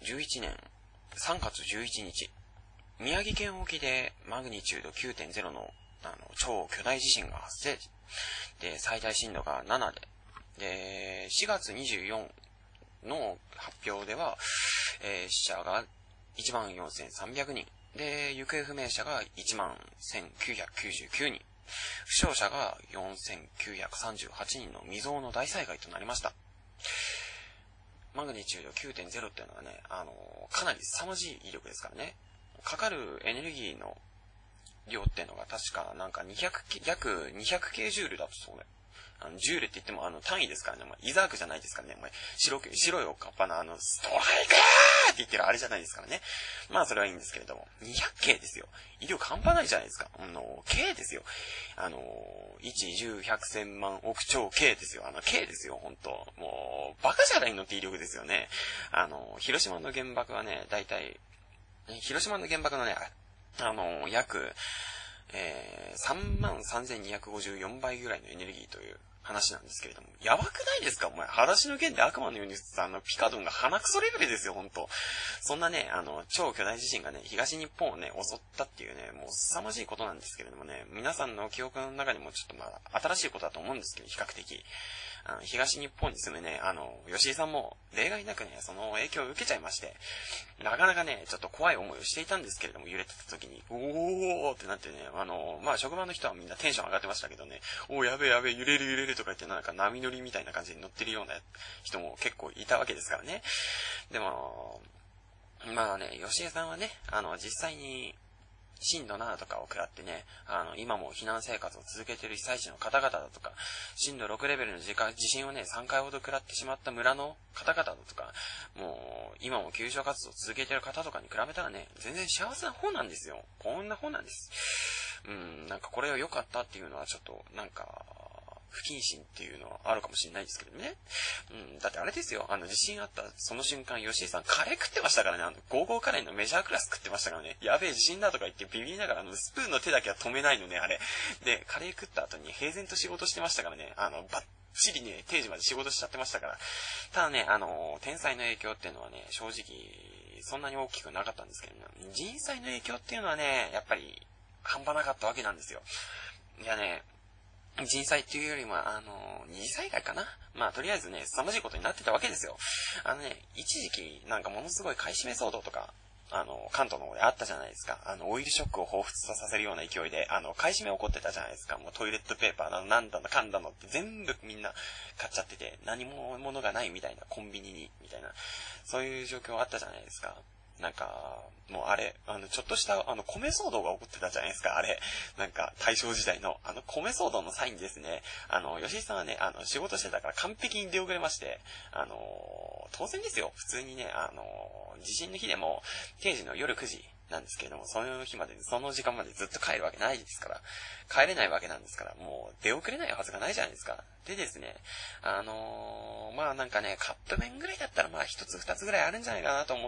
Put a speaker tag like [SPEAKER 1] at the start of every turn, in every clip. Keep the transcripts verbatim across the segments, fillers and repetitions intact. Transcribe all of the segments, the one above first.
[SPEAKER 1] じゅういちねんさんがつじゅういちにち、宮城県沖でマグニチュード きゅうてんゼロ の、あの超巨大地震が発生で、最大震度がななで、でしがつにじゅうよっかの発表では、えー、死者が いちまんよんせんさんびゃくにんで、行方不明者が いちまんせんきゅうひゃくきゅうじゅうきゅうにん、負傷者がよんせんきゅうひゃくさんじゅうはちにんの未曾有の大災害となりました。マグニチュード きゅうてんゼロ っていうのはね、あのー、かなり凄まじい威力ですからね。かかるエネルギーの量っていうのが確かなんかにひゃく、約にひゃくケージュールだとそうね。あの、ジュールって言ってもあの単位ですからね。まあ、イザークじゃないですからね。まあ、白く、白いおかっぱのあの、ストライクーって言ってるあれじゃないですからね。まあそれはいいんですけれども。にひゃくケーですよ。威力半端ないじゃないですか。あの、K ですよ。あの、いち、じゅう、ひゃく、せんまん、億兆 K ですよ。あの K ですよ。本当もう、バカじゃないのって威力ですよね。あの、広島の原爆はね、だいたい、広島の原爆のね、あの、約、えー、さんまんさんぜんにひゃくごじゅうよんばいぐらいのエネルギーという話なんですけれども、やばくないですかお前、裸足の剣で悪魔のようにさ、あの、ピカドンが鼻くそレベルですよ、ほんと。そんなね、あの、超巨大地震がね、東日本をね、襲ったっていうね、もう凄まじいことなんですけれどもね、皆さんの記憶の中にもちょっとまあ、新しいことだと思うんですけど、比較的。あの東日本に住むね、あの、吉井さんも例外なくね、その影響を受けちゃいまして、なかなかね、ちょっと怖い思いをしていたんですけれども、揺れてた時に、おーってなってね、あの、まあ、職場の人はみんなテンション上がってましたけどね、おーやべえやべえ、揺れる揺れるとか言って、なんか波乗りみたいな感じに乗ってるような人も結構いたわけですからね。でも、まあね、吉井さんはね、あの、実際に、震度ななとかを食らってね、あの、今も避難生活を続けている被災地の方々だとか、震度ろくレベルの地震をね、さんかいほど食らってしまった村の方々だとか、もう、今も救助活動を続けている方とかに比べたらね、全然幸せな方なんですよ。こんな方なんです。うん、なんかこれが良かったっていうのはちょっと、なんか、不謹慎っていうのはあるかもしれないですけどね。うん、だってあれですよ、あの地震あったその瞬間、吉井さんカレー食ってましたからね、あの、ゴーゴーカレーのメジャークラス食ってましたからね、やべえ地震だとか言ってビビりながら、あの、スプーンの手だけは止めないのね、あれ。で、カレー食った後に平然と仕事してましたからね、あの、バッチリね、定時まで仕事しちゃってましたから。ただね、あの、天災の影響っていうのはね、正直、そんなに大きくなかったんですけどね、人災の影響っていうのはね、やっぱり、半端なかったわけなんですよ。いやね、人災っていうよりも、あの、二次災害かな。まあ、とりあえずね、凄まじいことになってたわけですよ。あのね、一時期、なんかものすごい買い占め騒動とか、あの、関東の方であったじゃないですか。あの、オイルショックを彷彿とさせるような勢いで、あの、買い占め起こってたじゃないですか。もうトイレットペーパーだの、なんだの、かんだのって全部みんな買っちゃってて、何も物がないみたいな、コンビニに、みたいな、そういう状況あったじゃないですか。なんか、もうあれ、あの、ちょっとした、あの、米騒動が起こってたじゃないですか、あれ。なんか、大正時代の、あの、米騒動の際にですね、あの、吉井さんはね、あの、仕事してたから完璧に出遅れまして、あの、当然ですよ、普通にね、あの、地震の日でも、定時の夜くじなんですけれども、その日まで、その時間までずっと帰るわけないですから、帰れないわけなんですから、もう、出遅れないはずがないじゃないですか。でですね、あのー、まあなんかね、カップ麺ぐらいだったらまあ一つ二つぐらいあるんじゃないかなと思って、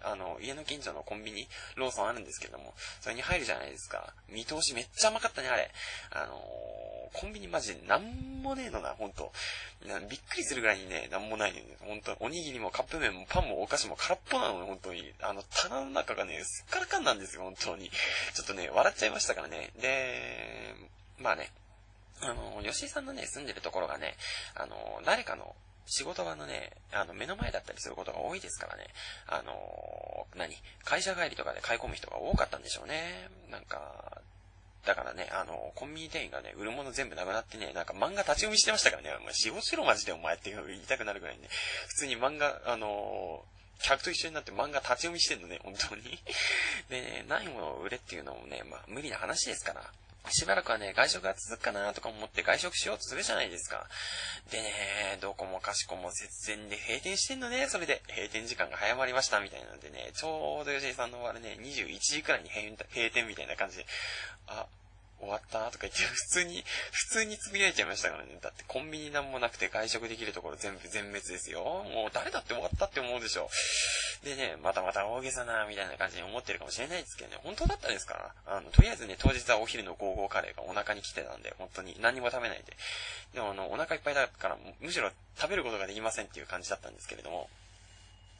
[SPEAKER 1] あの、家の近所のコンビニ、ローソンあるんですけども、それに入るじゃないですか。見通しめっちゃ甘かったね、あれ。あのー、コンビニマジでなんもねえのな、ほんと。びっくりするぐらいにね、なんもないのよね。ほんと、おにぎりもカップ麺もパンもお菓子も空っぽなのよ、ほんとに。あの、棚の中がね、すっからかんなんですよ、本当に。ちょっとね、笑っちゃいましたからね。で、まあね、あの、吉井さんのね、住んでるところがね、あの、誰かの仕事場のね、あの、目の前だったりすることが多いですからね、あの、何会社帰りとかで買い込む人が多かったんでしょうね。なんか、だからね、あの、コンビニ店員がね、売るもの全部なくなってね、なんか漫画立ち読みしてましたからね、お前仕事しろマジでお前って言いたくなるぐらいね、普通に漫画、あの、客と一緒になって漫画立ち読みしてんのね、本当に。でね、ないものを売れっていうのもね、まあ無理な話ですから。しばらくはね、外食が続くかなとか思って外食しようとするじゃないですか。でね、どこもかしこも節電で閉店してんのね、それで。閉店時間が早まりましたみたいなのでね、ちょうど吉井さんの終わるね、にじゅういちじくらいに閉店みたいな感じで、あ、終わったとか言って、普通に、普通につぶやいちゃいましたからね。だってコンビニなんもなくて外食できるところ全部全滅ですよ。もう誰だって終わったって思うでしょ。でね、またまた大げさな、みたいな感じに思ってるかもしれないですけどね、本当だったですから、あの、とりあえずね、当日はお昼のゴーゴーカレーがお腹に来てたんで、本当に何も食べないで。でもあの、お腹いっぱいだから、むしろ食べることができませんっていう感じだったんですけれども、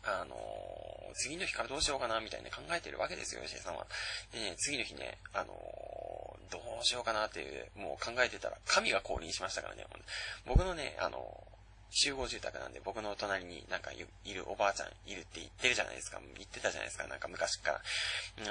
[SPEAKER 1] あのー、次の日からどうしようかな、みたいな考えてるわけですよ、吉井さんは。でね、次の日ね、あのー、どうしようかなっていう、もう考えてたら、神が降臨しましたからね、僕のね、あのー、集合住宅なんで、僕の隣になんかいるおばあちゃんいるって言ってるじゃないですか。言ってたじゃないですか。なんか昔から。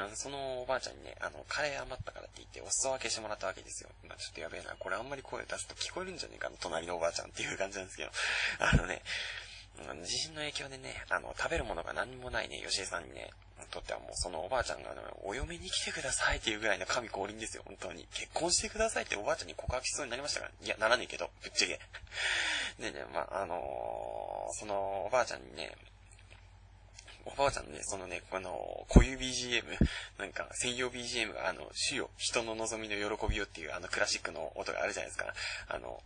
[SPEAKER 1] うん、そのおばあちゃんにね、あの、カレー余ったからって言ってお裾分けしてもらったわけですよ。まあちょっとやべえな。これあんまり声出すと聞こえるんじゃねえかな。隣のおばあちゃんっていう感じなんですけど。あのね、地震の影響でね、あの、食べるものが何もないね、吉江さんにね、とってはもうそのおばあちゃんが、ね、お嫁に来てくださいっていうぐらいの神降臨ですよ、本当に。結婚してくださいっておばあちゃんに告白しそうになりましたから、いや、ならねえけど、ぶっちゃけ。でね、まあ、あのー、そのおばあちゃんにね、おばあちゃんね、そのね、あの、固有 ビージーエム、なんか、専用 ビージーエム が、あの、主よ、人の望みの喜びよっていう、あの、クラシックの音があるじゃないですか。あの、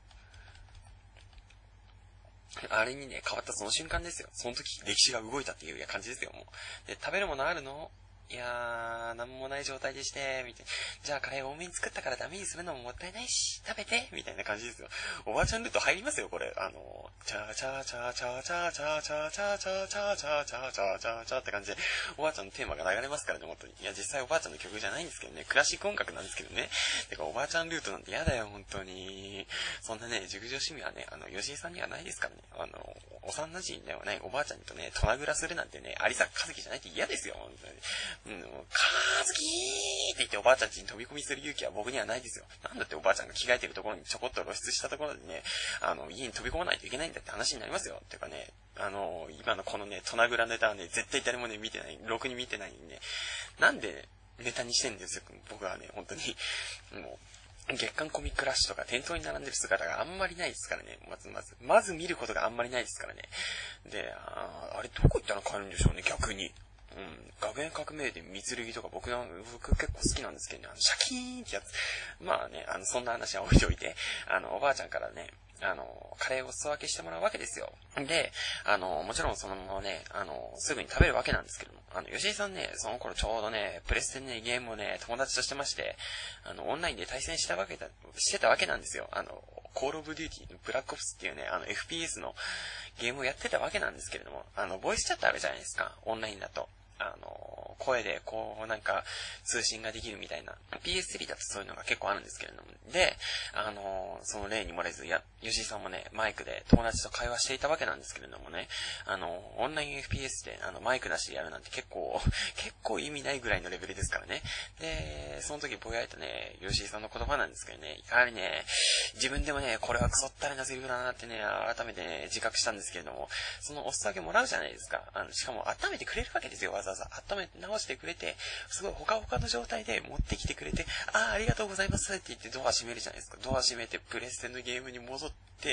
[SPEAKER 1] あれにね、変わったその瞬間ですよ。その時、歴史が動いたっていう感じですよ、もう。で、食べるものあるの？いやー、なんもない状態でして、みたいな。じゃあカレー多めに作ったからダメにするのももったいないし、食べてみたいな感じですよ。おばあちゃんルート入りますよ、これ。あの、チャーチャーチャーチャーチャーチャーチャーチャーチャーチャーチャーチャーチャーチャーチャーって感じで、おばあちゃんのテーマが流れますからね、本当に。いや、実際おばあちゃんの曲じゃないんですけどね、クラシック音楽なんですけどね。てか、おばあちゃんルートなんて嫌だよ、本当に。そんなね、熟女趣味はね、あの、吉井さんにはないですからね。あの、幼馴染ではないおばあちゃんとね、トナグラするなんてね、有坂和樹じゃないって嫌ですよ、本当に。うん、かーずきーって言っておばあちゃん家に飛び込みする勇気は僕にはないですよ。なんだっておばあちゃんが着替えてるところにちょこっと露出したところでね、あの、家に飛び込まないといけないんだって話になりますよ。てかね、あの、今のこのね、トナグラネタはね、絶対誰もね、見てない、ろくに見てないんでね、なんでネタにしてんですよ、僕はね、本当に。もう、月刊コミックラッシュとか店頭に並んでる姿があんまりないですからね。まずまず。まず見ることがあんまりないですからね。で、あ, あれどこ行ったら買えるんでしょうね、逆に。うん。学園革命で三剣とか僕の、僕結構好きなんですけどね、あの、シャキーンってやつ。まあね、あの、そんな話は置いておいて、あの、おばあちゃんからね、あの、カレーを裾分けしてもらうわけですよ。で、あの、もちろんそのままね、あの、すぐに食べるわけなんですけども、あの、吉井さんね、その頃ちょうどね、プレステね、ゲームをね、友達としてまして、あの、オンラインで対戦したわけだ、してたわけなんですよ。あの、コールオブデューティー、ブラックオプスっていうね、あの、エフピーエス のゲームをやってたわけなんですけれども、あの、ボイスチャットあるじゃないですか、オンラインだと。あの、声でこうなんか通信ができるみたいな ピーエススリー だとそういうのが結構あるんですけれども。で、あの、その例に漏れず、や、吉井さんもね、マイクで友達と会話していたわけなんですけれどもね、あの、オンライン エフピーエス であのマイクなしでやるなんて結構、結構意味ないぐらいのレベルですからね。で、その時ぼやいたね、吉井さんの言葉なんですけどね、やはりね、自分でもね、これはクソったれなセリフだなってね、改めてね、自覚したんですけれども、そのお裾分けもらうじゃないですか。あの、しかも温めてくれるわけですよ、わざわざ。温め直してくれて、すごいほかほかの状態で持ってきてくれて、ああ、ありがとうございますって言ってドア閉めるじゃないですか。ドア閉めてプレステのゲームに戻って、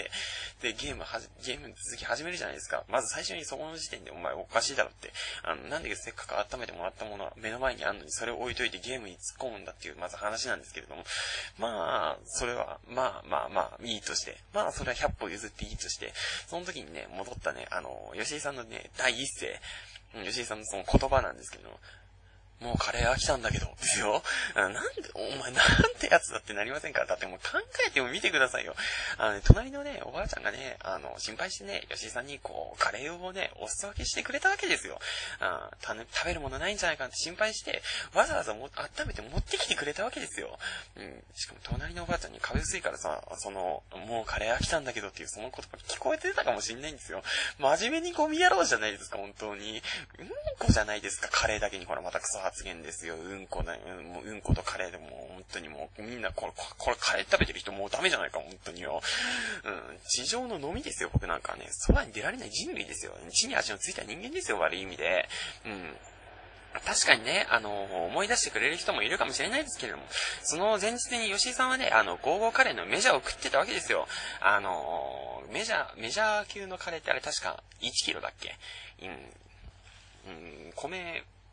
[SPEAKER 1] で、ゲームはじ、ゲームの続き始めるじゃないですか。まず最初にそこの時点でお前おかしいだろって。あの、なんでせっかく温めてもらったものは目の前にあるのにそれを置いといてゲームに突っ込むんだっていうまず話なんですけれども。まあ、それは、まあまあまあ、いいとして。まあ、それはひゃっぽ譲っていいとして、その時にね、戻ったね、あの、吉井さんのね、第一声、吉井さんのその言葉なんですけど、もうカレー飽きたんだけど、ですよ。なんで、お前なんてやつだってなりませんか？だってもう考えても見てくださいよ。あのね、隣のね、おばあちゃんがね、あの、心配してね、吉井さんにこう、カレーをね、お裾分けしてくれたわけですよ。あたね、食べるものないんじゃないかって心配して、わざわざも温めて持ってきてくれたわけですよ。うん。しかも隣のおばあちゃんに壁薄いからさ、その、もうカレー飽きたんだけどっていうその言葉聞こえてたかもしんないんですよ。真面目にゴミ野郎じゃないですか、本当に。うんこじゃないですか、カレーだけにほらまたクソ発言ですよ。うんこだよ。もううんことカレーでもう本当にもうみんなこれ、これカレー食べてる人もうダメじゃないか、本当によ。うん。地上の飲みですよ、僕なんかね。そばに出られない人類ですよ。地に足のついた人間ですよ、悪い意味で。うん。確かにね、あの、思い出してくれる人もいるかもしれないですけれども、その前日に吉井さんはね、あの、ゴーゴーカレーのメジャーを食ってたわけですよ。あの、メジャー、メジャー級のカレーってあれ確かいちキロだっけ？うん。うん、米、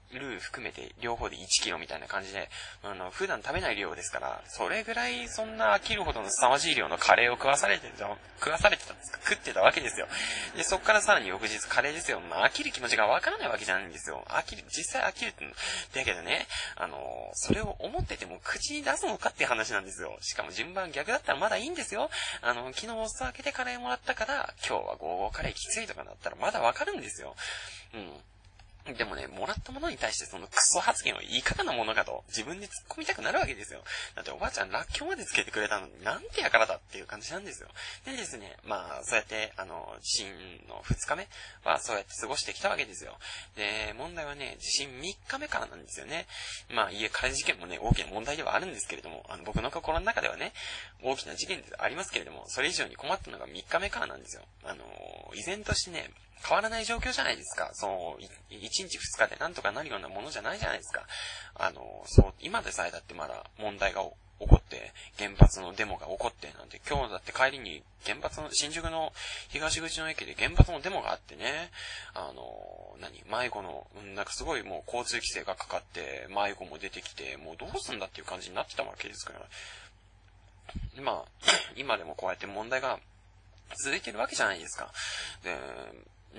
[SPEAKER 1] ルー含めて両方でいちキロみたいな感じで、あの、普段食べない量ですから、それぐらいそんな飽きるほどの凄まじい量のカレーを食わされてた、食わされてたんですか、食ってたわけですよ。で、そっからさらに翌日カレーですよ。まあ、飽きる気持ちがわからないわけじゃないんですよ。飽きる、実際飽きるって、だけどね、あの、それを思ってても口に出すのかっていう話なんですよ。しかも順番逆だったらまだいいんですよ。あの、昨日お裾分けでカレーもらったから、今日はゴーゴーカレーきついとかなったらまだわかるんですよ。うん。でもね、もらったものに対してそのクソ発言はいかがなものかと自分で突っ込みたくなるわけですよ。だっておばあちゃんらっきょうまでつけてくれたのになんてやからだっていう感じなんですよ。でですね、まあそうやってあの地震のふつかめはそうやって過ごしてきたわけですよ。で、問題はね、地震みっかめからなんですよね。まあ家火事件もね、大きな問題ではあるんですけれども、あの僕の心の中ではね、大きな事件でありますけれども、それ以上に困ったのがみっかめからなんですよ。あの依然としてね、変わらない状況じゃないですか。そう、いちにちふつかでなんとかなるようなものじゃないじゃないですか。あの、そう、今でさえだってまだ問題が起こって、原発のデモが起こってなんて、今日だって帰りに原発の、新宿の東口の駅で原発のデモがあってね、あの、何迷子の、なんかすごいもう交通規制がかかって、迷子も出てきて、もうどうすんだっていう感じになってたわけですから。今、今でもこうやって問題が続いてるわけじゃないですか。で、うん。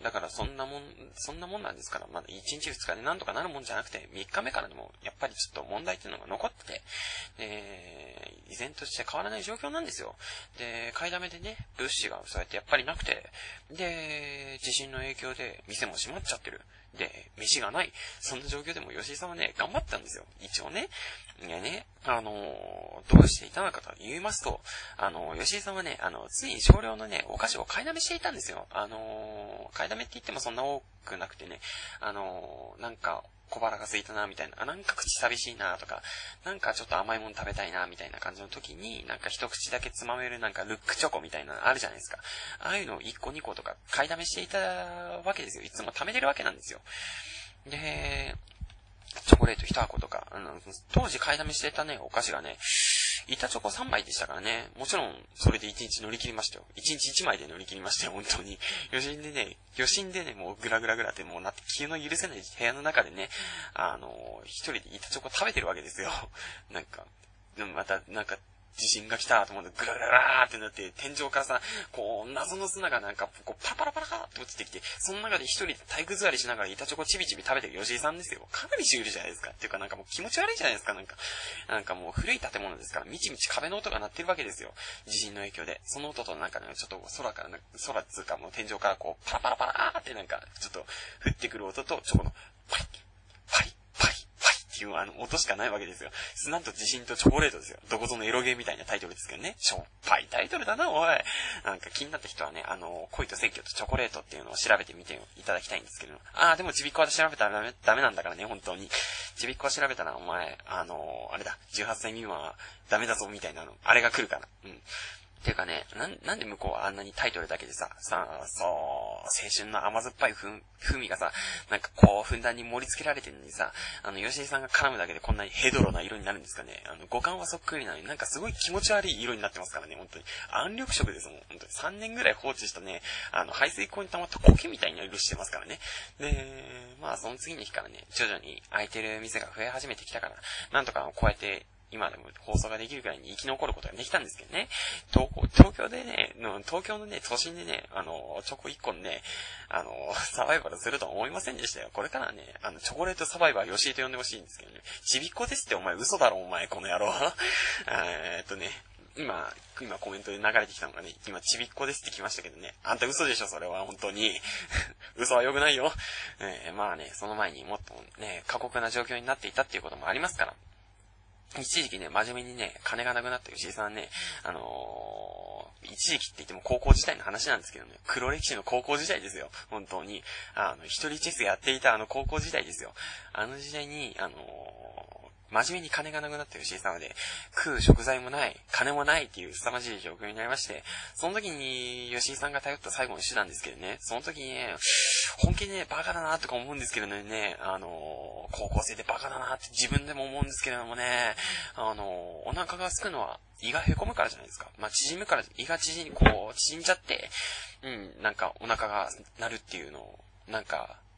[SPEAKER 1] だからそんなもん、そんなもんなんですから、まだいちにちふつかでなんとかなるもんじゃなくて、みっかめからでも、やっぱりちょっと問題っていうのが残ってて、で、依然として変わらない状況なんですよ。で、買いだめでね、物資がそうやってやっぱりなくて、で、地震の影響で店も閉まっちゃってる。で、飯がない。そんな状況でも吉井さんはね、頑張ってたんですよ。一応ね。いやね、あのー、どうしていたのかと言いますと、あのー、吉井さんはね、あの、ついに少量のね、お菓子を買いだめしていたんですよ。あのー、買いだめって言ってもそんな多くなくてね、あのー、なんか、小腹が空いたな、みたいな、あ、なんか口寂しいな、とか、なんかちょっと甘いもの食べたいな、みたいな感じの時に、なんか一口だけつまめるなんかルックチョコみたいなのあるじゃないですか。ああいうのをいっこにことか買いだめしていたわけですよ。いつも貯めてるわけなんですよ。で、チョコレートいちはことか、あの、当時買いだめしてたね、お菓子がね、板チョコさんまいでしたからね、もちろん、それでいちにち乗り切りましたよ。いちにちいちまいで乗り切りましたよ、本当に。余震でね、余震でね、もうグラグラグラってもうなって、気の許せない部屋の中でね、あの、一人で板チョコ食べてるわけですよ。なんか、また、なんか、地震が来たと思って、ぐらぐらぐらーってなって、天井からさ、こう、謎の砂がなんか、こう、パラパラパラーって落ちてきて、その中で一人で体育座りしながら板チョコちびちび食べてる吉井さんですよ。かなりシュールじゃないですか。っていうかなんかもう気持ち悪いじゃないですか、なんか。なんかもう古い建物ですから、みちみち壁の音が鳴ってるわけですよ。地震の影響で。その音となんかね、ちょっと空から、空っつうかもう天井からこう、パラパラパラーってなんか、ちょっと降ってくる音と、チョコの、パリッ、パリッ、パリッ、パリッっていうあの音しかないわけですよ。なんと地震とチョコレートですよ。どこぞのエロゲーみたいなタイトルですけどね。しょっぱいタイトルだな、おい。なんか気になった人はね、あの、恋と選挙とチョコレートっていうのを調べてみていただきたいんですけど。あー、でもちびっこは調べたらダメ、ダメなんだからね、本当に。ちびっこは調べたらお前、あの、あれだ、じゅうはっさい未満はダメだぞみたいなの、あれが来るから。うん。ていうかね、なん、なんで向こうはあんなにタイトルだけでさ、さあ、そう、青春の甘酸っぱい風味がさ、なんかこう、ふんだんに盛り付けられてるのにさ、あの、吉井さんが絡むだけでこんなにヘドロな色になるんですかね。あの、五感はそっくりなのになんかすごい気持ち悪い色になってますからね、本当に。暗緑色ですもん、本当に。さんねんぐらい放置したね、あの、排水口に溜まった苔みたいな色してますからね。で、まあ、その次の日からね、徐々に空いてる店が増え始めてきたから、なんとかこうやって、今でも放送ができるくらいに生き残ることができたんですけどね。東東京でね、東京のね、都心でね、あの、チョコいっこね、あの、サバイバルするとは思いませんでしたよ。これからね、あの、チョコレートサバイバー吉井と呼んでほしいんですけどね。ちびっこですってお前嘘だろお前、この野郎。えーっとね、今、今コメントで流れてきたのがね、今ちびっこですって来ましたけどね。あんた嘘でしょ、それは、本当に。嘘は良くないよ。えー、まあね、その前にもっとね、過酷な状況になっていたっていうこともありますから。一時期ね、真面目にね、金がなくなった吉井さんはね、あのー、一時期って言っても高校時代の話なんですけどね、黒歴史の高校時代ですよ、本当に。あの、一人チェスやっていたあの高校時代ですよ。あの時代に、あのー、真面目に金がなくなった吉井さんはね、食う食材もない、金もないっていう凄まじい状況になりまして、その時に吉井さんが頼った最後の手段ですけどね、その時にね、本気でね、バカだなとか思うんですけどね、あのー、高校生でバカだなって自分でも思うんですけれどもね、あのー、お腹が空くのは胃が凹むからじゃないですか。まあ、縮むから、胃が縮み、こう、縮んじゃって、うん、なんかお腹が鳴るっていうのを、なんか、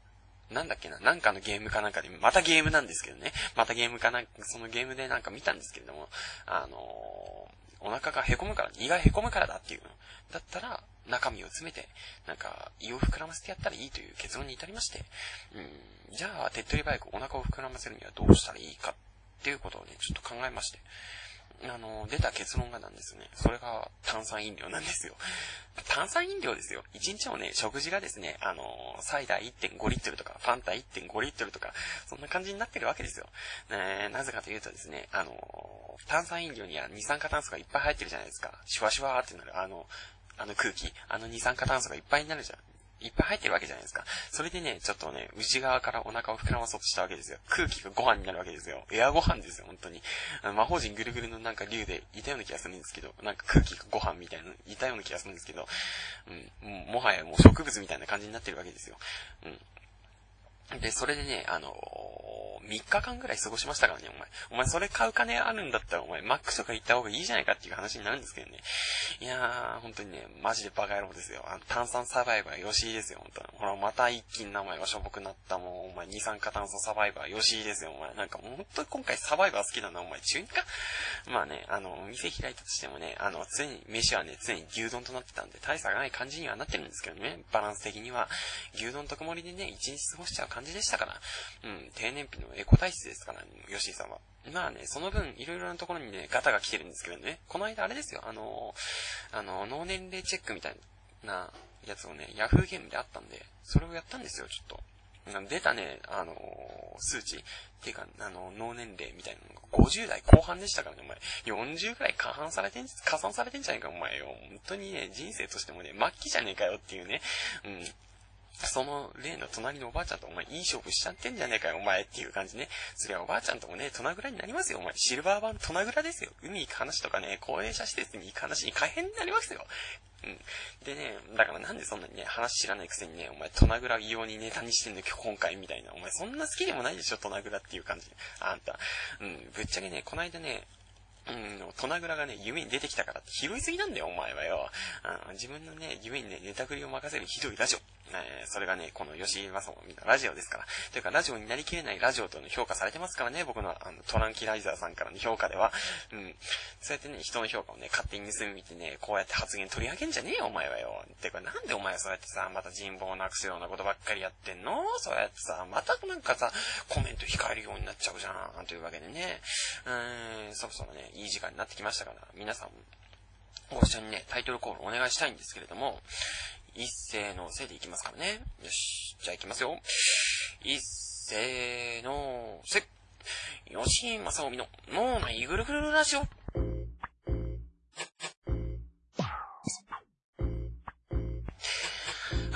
[SPEAKER 1] なんだっけな、なんかのゲームかなんかで、またゲームなんですけどね。またゲームかなんか、そのゲームでなんか見たんですけれども、あのー、お腹が凹むから、胃が凹むからだっていうの。だったら、中身を詰めて、なんか、胃を膨らませてやったらいいという結論に至りまして、うん、じゃあ、手っ取り早くお腹を膨らませるにはどうしたらいいかっていうことをね、ちょっと考えまして、あの、出た結論がなんですよね。それが炭酸飲料なんですよ。炭酸飲料ですよ。一日のね、食事がですね、あの、サイダー いってんご リットルとか、ファンタ いってんご リットルとか、そんな感じになってるわけですよ。ね、なぜかというとですね、あの、炭酸飲料には二酸化炭素がいっぱい入ってるじゃないですか。シュワシュワーってなる、あの、あの空気、あの二酸化炭素がいっぱいになるじゃん。いっぱい入ってるわけじゃないですか。それでね、ちょっとね、内側からお腹を膨らまそうとしたわけですよ。空気がご飯になるわけですよ。エアご飯ですよ、本当に。あの魔法陣ぐるぐるのなんか竜でいたような気がするんですけど、なんか空気がご飯みたいな、いたような気がするんですけど、うん、も, もはやもう植物みたいな感じになってるわけですよ。うん。で、それでね、あのー、みっかかんぐらい過ごしましたからね、お前。お前それ買う金あるんだったら、お前マックとか行った方がいいじゃないかっていう話になるんですけどね。いやー、本当にね、マジでバカ野郎ですよ。あの、炭酸サバイバー吉井ですよ、本当に。ほら、また一気に名前がしょぼくなった、もう、お前、二酸化炭素サバイバー吉井ですよ、お前。なんか、本当に今回サバイバー好きだな、お前、中二か。まあね、あの、店開いたとしてもね、あの、常に、飯はね、常に牛丼となってたんで、大差がない感じにはなってるんですけどね、バランス的には。牛丼と曇りでね、一日過ごしちゃう感じでしたから。うん、低燃費のエコ体質ですから、吉井さんは。まあね、その分、いろいろなところにね、ガタが来てるんですけどね、この間あれですよ、あの、あの、脳年齢チェックみたいなやつをね、ヤフーゲームであったんで、それをやったんですよ、ちょっと。出たね、あのー、数値、っていうか、あの、脳年齢みたいなのがごじゅう代後半でしたからね、お前。よんじゅうくらい加算されてん、加算されてんじゃねえか、お前よ。本当にね、人生としてもね、末期じゃねえかよっていうね、うん。その例の隣のおばあちゃんとお前いい勝負しちゃってんじゃねえかよお前っていう感じね。そりゃおばあちゃんともね、トナグラになりますよお前。シルバー版トナグラですよ。海行く話とかね、高齢者施設に行く話に大変になりますよ。うん。でね、だからなんでそんなにね、話知らないくせにね、お前トナグラ異様にネタにしてんの今回みたいな。お前そんな好きでもないでしょ、トナグラっていう感じ。あんた。うん、ぶっちゃけね、この間ね、うん、トナグラがね、夢に出てきたからって拾いすぎなんだよ、お前はよ。うん、自分のね、夢にね、ネタ振りを任せるひどいラジオ。えー、それがね、この吉井正夫みんなラジオですから。というか、ラジオになりきれないラジオとの評価されてますからね、僕のあのトランキライザーさんからの評価では。うん。そうやってね、人の評価をね、勝手に盗み見てね、こうやって発言取り上げんじゃねえよ、お前はよ。てか、なんでお前はそうやってさ、また人望をなくすようなことばっかりやってんの？そうやってさ、またなんかさ、コメント控えるようになっちゃうじゃん。というわけでね、うーん、そろそろね、いい時間になってきましたから、皆さん、ご一緒にね、タイトルコールお願いしたいんですけれども、一斉のせいでいきますからね。よし、じゃあいきますよ。一斉のせ。吉井正臣の脳内ぐるぐるラジオ。はい、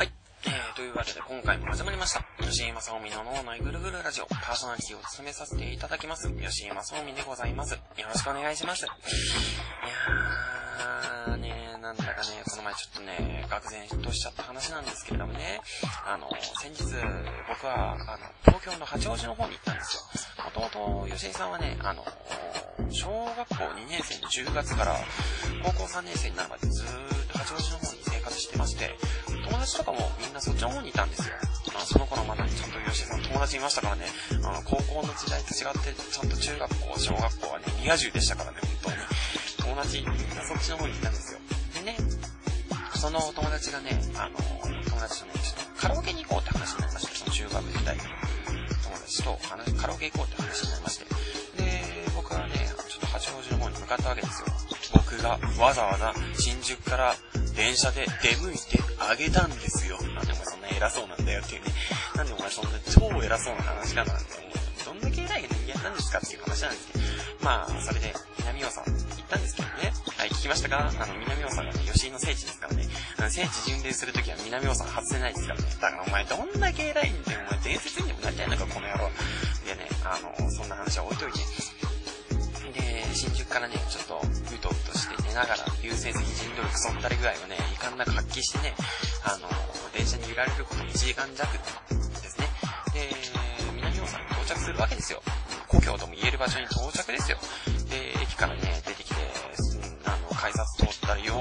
[SPEAKER 1] えー、というわけで今回も始まりました。吉井正臣の脳内ぐるぐるラジオ。パーソナリティを務めさせていただきます。吉井正臣でございます。よろしくお願いします。いやーねー、なんだかね、この前ちょっとね、愕然としちゃった話なんですけれどもね、あの、先日、僕は、あの、東京の八王子の方に行ったんですよ。もともと、吉井さんはね、あの、小学校にねん生のじゅうがつから高校さんねん生になるまでずーっと八王子の方に生活してまして、友達とかもみんなそっちの方にいたんですよ。まあ、その頃まだちゃんと吉井さん友達いましたからね、あの、高校の時代と違って、ちゃんと中学校、小学校はね、リア充でしたからね、本当に。友達、みんなそっちの方に行ったんですよ。でね、その友達がね、あの、友達とね、ちょっとカラオケに行こうって話になりまして、その中学時代の友達と話カラオケ行こうって話になりまして、で、僕はね、ちょっと八王子の方に向かったわけですよ。僕がわざわざ新宿から電車で出向いてあげたんですよ。なんでお前そんな偉そうなんだよっていうね。なんでお前そんな超偉そうな話かなんて、どんだけ偉い人間なんですかっていう話なんですけど、まあ、それで南尾さん行ったんですけどね。はい、聞きましたか？あの、南尾さんがね、吉井の聖地ですからね。あの聖地巡礼するときは南尾さん外せないですからね。だからお前どんだけ偉いんだよ、お前伝説にでもなりたいのか、この野郎。でね、あの、そんな話は置いといて。で、新宿からね、ちょっと、うとうとして寝ながら、優先席陣取るクソったりぐらいをね、遺憾なく発揮してね、あの、電車に揺られることいちじかん弱ですね。で、南尾さんに到着するわけですよ。故郷とも言える場所に到着ですよ。で、駅からね、出てきて、あの、改札通ったら、ようこそ吉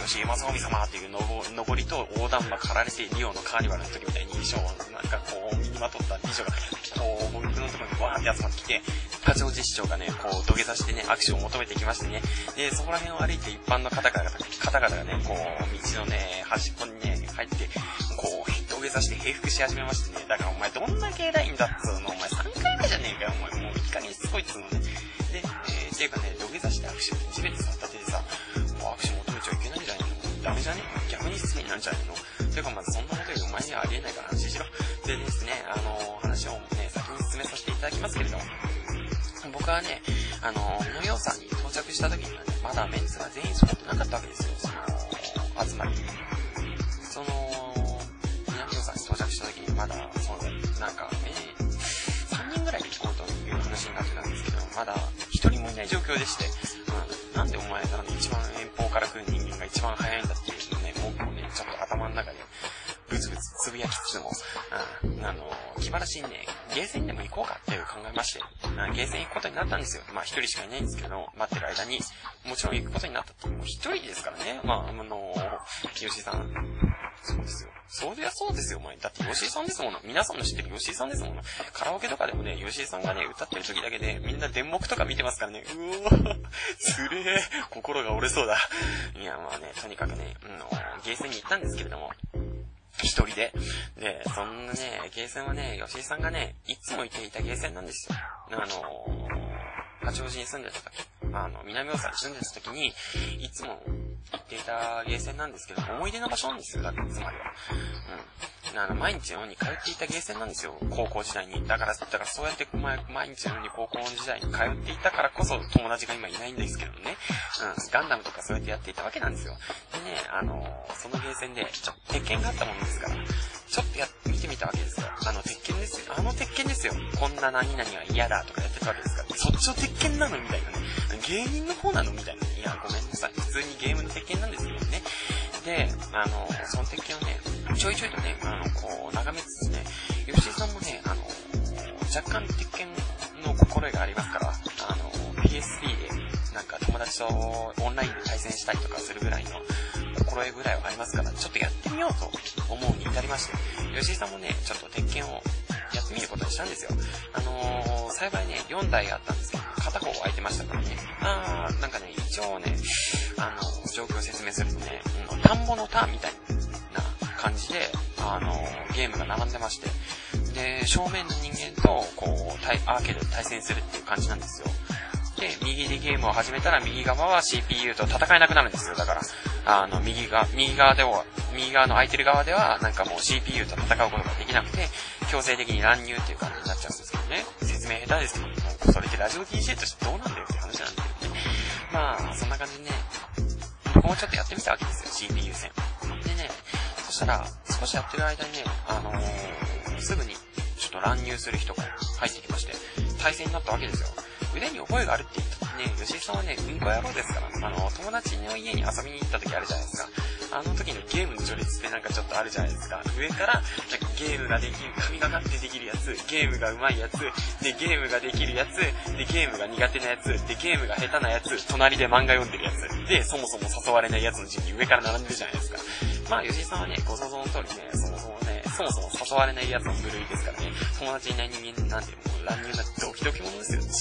[SPEAKER 1] 吉井正臣様っていうのぼ、のぼりと横断幕貼られて、リオのカーニバルの時みたいに衣装をなんかこう、身にまとった美女が、こう、僕のところにわーって集まってきて、八王子市長がね、こう、土下座してね、握手を求めてきましてね、で、そこら辺を歩いて一般の方々が、方々がね、こう、道のね、端っこにね、入って、こう、土下座して平服し始めましてね、だからお前どんだけ偉いんだっつうの、お前さんかいめじゃねえかよ、お前もういい加減しつこいっつうのね。で、えー、っていうかね、土下座して握手、地べて座った手でさ、もう握手求めちゃいけないんじゃないの？ダメじゃね？逆に失礼なんじゃないの？ていうかまずそんなことよりお前にはありえないから話しろ。でですね、あのー、話をね、先に進めさせていただきますけれども、僕はね、あのー、野洋さんに到着した時にはね、まだメンツが全員揃ってなかったわけですよ、その、集まり。その、南洋さんに到着した時にまだ、その、なんか、えー、さんにんぐらいで行こうという話になってたんですけど、まだひとりもいない状況でして、うん、なんでお前なんで一番遠方から来る人間が一番早いんだっていうのね、文句をね、ちょっと頭の中で、ブツブツつぶやきつつも、うん、あの、気晴らしにね、ゲーセンでも行こうかって考えまして、うん、ゲーセン行くことになったんですよ。まあ一人しかいないんですけど、待ってる間に、もちろん行くことになったって、もう一人ですからね。まあ、あの、吉井さん、そうですよ。そういやそうですよ、お前。だって吉井さんですもの。皆さんの知ってる吉井さんですもの。カラオケとかでもね、吉井さんがね、歌ってる時だけで、みんな電目とか見てますからね。うおー、つれー、心が折れそうだ。いや、まあね、とにかくね、うん、ゲーセンに行ったんですけれども、一人で。で、そんなね、ゲーセンはね、吉井さんがね、いつもいていたゲーセンなんですよ。あのー、八王子に住んでた時、あの、南大阪に住んでた時に、いつも行っていたゲーセンなんですけど、思い出の場所なんですよ、だってつまりは。うん。あの、毎日のように通っていたゲーセンなんですよ、高校時代に。だから、だからそうやって毎日のように高校時代に通っていたからこそ友達が今いないんですけどね。うん、ガンダムとかそうやってやっていたわけなんですよ。でね、あのー、そのゲーセンで、ちょっと鉄拳があったもんですから、ちょっとや、見てみたわけですよ。あの鉄拳ですよ。あの鉄拳ですよ。こんな何々は嫌だとかやってたわけですから。そっちの鉄拳なのみたいなね。芸人の方なのみたいな。いや、ごめんなさい。普通にゲームの鉄拳なんですけどね。で、あの、その鉄拳をね、ちょいちょいとね、あの、こう、眺めつつね、吉井さんもね、あの、若干鉄拳の心得がありますから、あの、ピーエスピー で、なんか友達とオンラインで対戦したりとかするぐらいの心得ぐらいはありますから、ちょっとやってみようと思うに至りまして、吉井さんもね、ちょっと鉄拳をやってみることにしたんですよ。あのー、幸いね、よんだいあったんですけど、片方空いてましたからね。あー、なんかね、一応ね、あの、状況を説明するとね、うん、田んぼの田みたいな感じで、あのー、ゲームが並んでまして、で、正面の人間と、こう、アーケードで対戦するっていう感じなんですよ。で、右でゲームを始めたら右側は シーピーユー と戦えなくなるんですよ。だから、あの、右側、右側では、右側の空いてる側では、なんかもう シーピーユー と戦うことができなくて、強制的に乱入っていう感じになっちゃうんですけどね。説明下手ですけど、もうそれでラジオ ディージェー としてどうなんだよっていう話なんですけどね。まあ、そんな感じでね、僕もちょっとやってみたわけですよ、シーピーユー 戦。でね、そしたら、少しやってる間にね、あのー、すぐに、ちょっと乱入する人が入ってきまして、対戦になったわけですよ。腕に覚えがあるって言ったね、吉井さんはね、うんこ野郎ですから、あの、友達の家に遊びに行った時あるじゃないですか。あの時のゲームの序列ってなんかちょっとあるじゃないですか。上から、なんかゲームができる、神がかってできるやつ、ゲームが上手いやつ、で、ゲームができるやつ、で、ゲームが苦手なやつ、で、ゲームが下手なやつ、隣で漫画読んでるやつ、で、そもそも誘われないやつの順に上から並んでるじゃないですか。まあ、吉井さんはね、ご想像の通りね、そもそもね、そもそも誘われないやつの部類ですからね、友達いない人間なんで、もう乱入なんてドキドキものですよ。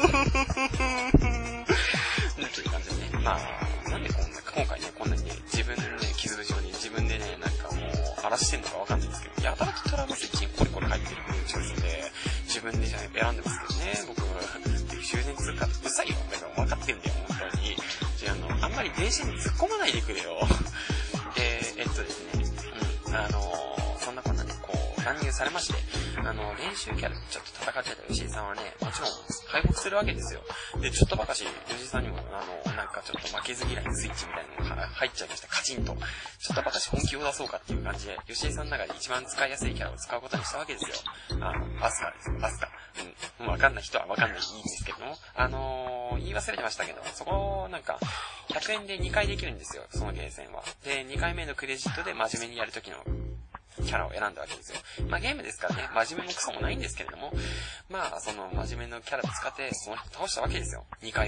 [SPEAKER 1] という感じでね、まあ、なんでこんな、今回ね、こんなにね、自分でね、傷口をね、自分でね、なんかもう、荒らしてんのかわかんないんですけど、やたらとトラウマスイッチにコリコリ入ってるチョイスで、自分でじゃない選んでますけどね、僕は、修繕通過うさいよ、だから分かってるんだよ、本当に。じゃあ、あの、あんまり電車に突っ込まないでくれよ。で、えっとですね、うん、あの、そんなこんなで、こう、乱入されまして、あの、練習キャラでちょっと戦ってた吉井さんはね、もちろん敗北するわけですよ。で、ちょっとばかし、吉井さんにも、あの、なんかちょっと負けず嫌いのスイッチみたいなのが入っちゃいました。カチンと。ちょっとばかし本気を出そうかっていう感じで、吉井さんの中で一番使いやすいキャラを使うことにしたわけですよ。あの、アスカですよ、アスカ。うん。わかんない人はわかんない、いいんですけども。あのー、言い忘れてましたけど、そこ、なんか、ひゃくえんでにかいできるんですよ、そのゲーセンは。で、にかいめのクレジットで真面目にやるときの、キャラを選んだわけですよ。まあゲームですからね、真面目もクソもないんですけれども、まあその真面目のキャラを使ってその人倒したわけですよ。にかいぶん。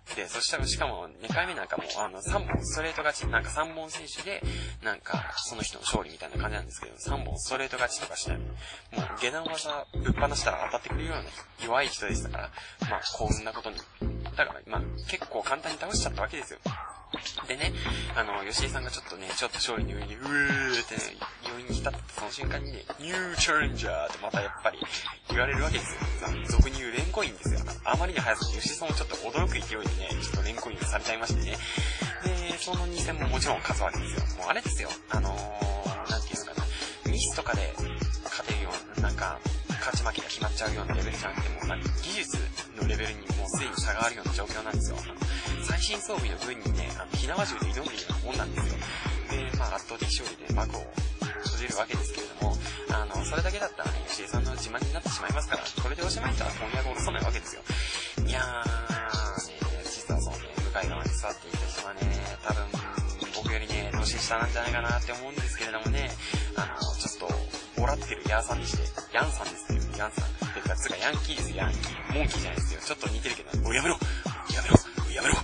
[SPEAKER 1] で、そしたらしかもにかいめなんかもあのさんぼんストレート勝ち、なんかさんぼん選手で、なんかその人の勝利みたいな感じなんですけど、さんぼんストレート勝ちとかして、もう下段技ぶっ放したら当たってくるような弱い人でしたから、まあ幸運なことに。だからまあ結構簡単に倒しちゃったわけですよ。でね、あの、吉井さんがちょっとね、ちょっと勝利の上に、うーってね、余韻に浸ってその瞬間にね、ニューチャレンジャーってまたやっぱり言われるわけですよ。俗に言うレンコインですよ。あまりに速さで吉井さんもちょっと驚く勢いでね、ちょっとレンコインされちゃいましてね。で、そのに戦ももちろん勝つわけですよ。もうあれですよ、あのー、なんていうのかな、ミスとかで勝てるような、なんか、勝ち負けが決まっちゃうようなレベルじゃなくて、もうなんか技術のレベルにもうすでに差があるような状況なんですよ。最新装備の分にね、あの、火縄銃で挑んでいるようなもんなんですよ。で、まあ圧倒的勝利で幕を閉じるわけですけれども、あの、それだけだったらね、吉井さんの自慢になってしまいますから、これでおしまいとは今夜が下ろさないわけですよ。いやー、ね、実はそうね、向かい側に座っていた人はね、多分、僕よりね、年下なんじゃないかなって思うんですけれどもね、あの、ちょっと、もらってるヤーさんにして、ヤンさんですよ、ヤンさん。てか、つかヤンキーですよ、ヤンキー。モンキーじゃないですよ。ちょっと似てるけど、おいやめろやめろやめろ、うん、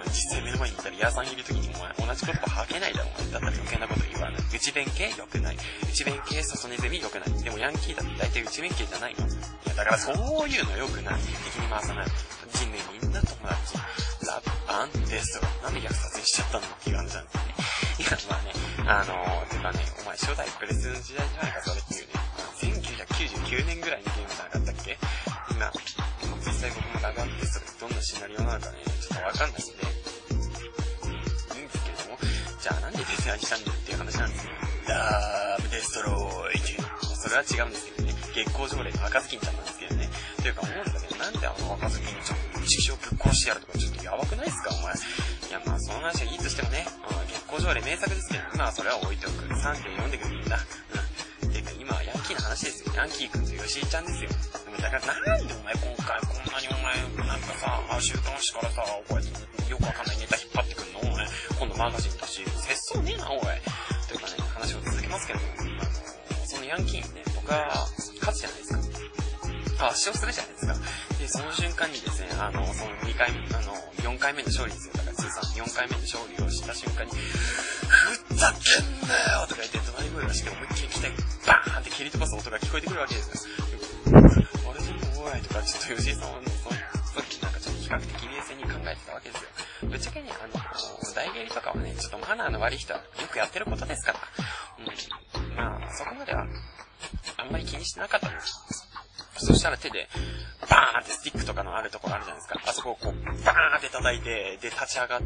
[SPEAKER 1] 実際目の前にいたらヤーさんいるときにお前同じ言葉吐けないだろお前。だったら余計なこと言わない。内弁慶良くない。内弁慶外ネズミ良くない。でもヤンキーだって大体内弁慶じゃないの。いやだからそういうの良くない。敵に回さない。人類みんな友達。ラブ&デストロ。なんで虐殺にしちゃったのっていう話なんですよね。いやまあね、あのー、てかね、お前初代プレスの時代じゃないかそれっていうね。せんきゅうひゃくきゅうじゅうきゅうねんぐらいのゲームじゃなかったっけ。今、実際僕もラブ&デストロどんなシナリオなのかね、ちょっとわかんないんで、いいんですけれども、じゃあなんでデスラにしたんだよっていう話なんですけど、ラブデストロイっていうの、それは違うんですけどね、月光条例の赤ずきんちゃんなんですけどね、というか思うんだけど、なんであの赤ずきんちゃん、師匠ぶっ殺してやるとかちょっとやばくないですか、お前。いやまあその話はいいとしてもね、まあ、月光条例名作ですけど、今はそれは置いておく。さんてんよんでくれるんだ。うん。ていうか今はヤンキーの話ですよ。ヤンキーくんと吉井ちゃんですよ。だからなんでお前今回こんなにお前なんかさ、週刊誌からさ、こうやってよくわかんないネタ引っ張ってくんのお前。今度マガジンだし、節操ねえなおい。というかね、話を続けますけれども、あの、そのヤンキーにね、僕は勝つじゃないですか。あ、圧勝するじゃないですか。で、その瞬間にですね、あの、そのにかいめ、あの、よんかいめの勝利ですよ。だから通算よんかいめの勝利をした瞬間に、ふざけんなよとか言って怒鳴り声がして思いっきり来て、バーンって蹴り飛ばす音が聞こえてくるわけですよ。あれでもおいとか、ちょっと吉井さんはね、その時なんかちょっと比較的冷静に考えてたわけですよ。ぶっちゃけね、あの、大蹴りとかはね、ちょっとマナーの悪い人はよくやってることですから、うん。まあ、そこまでは、あんまり気にしてなかったんです。そしたら手で、バーンってスティックとかのあるところあるじゃないですか。あそこをこう、バーンって叩いて、で、立ち上がって、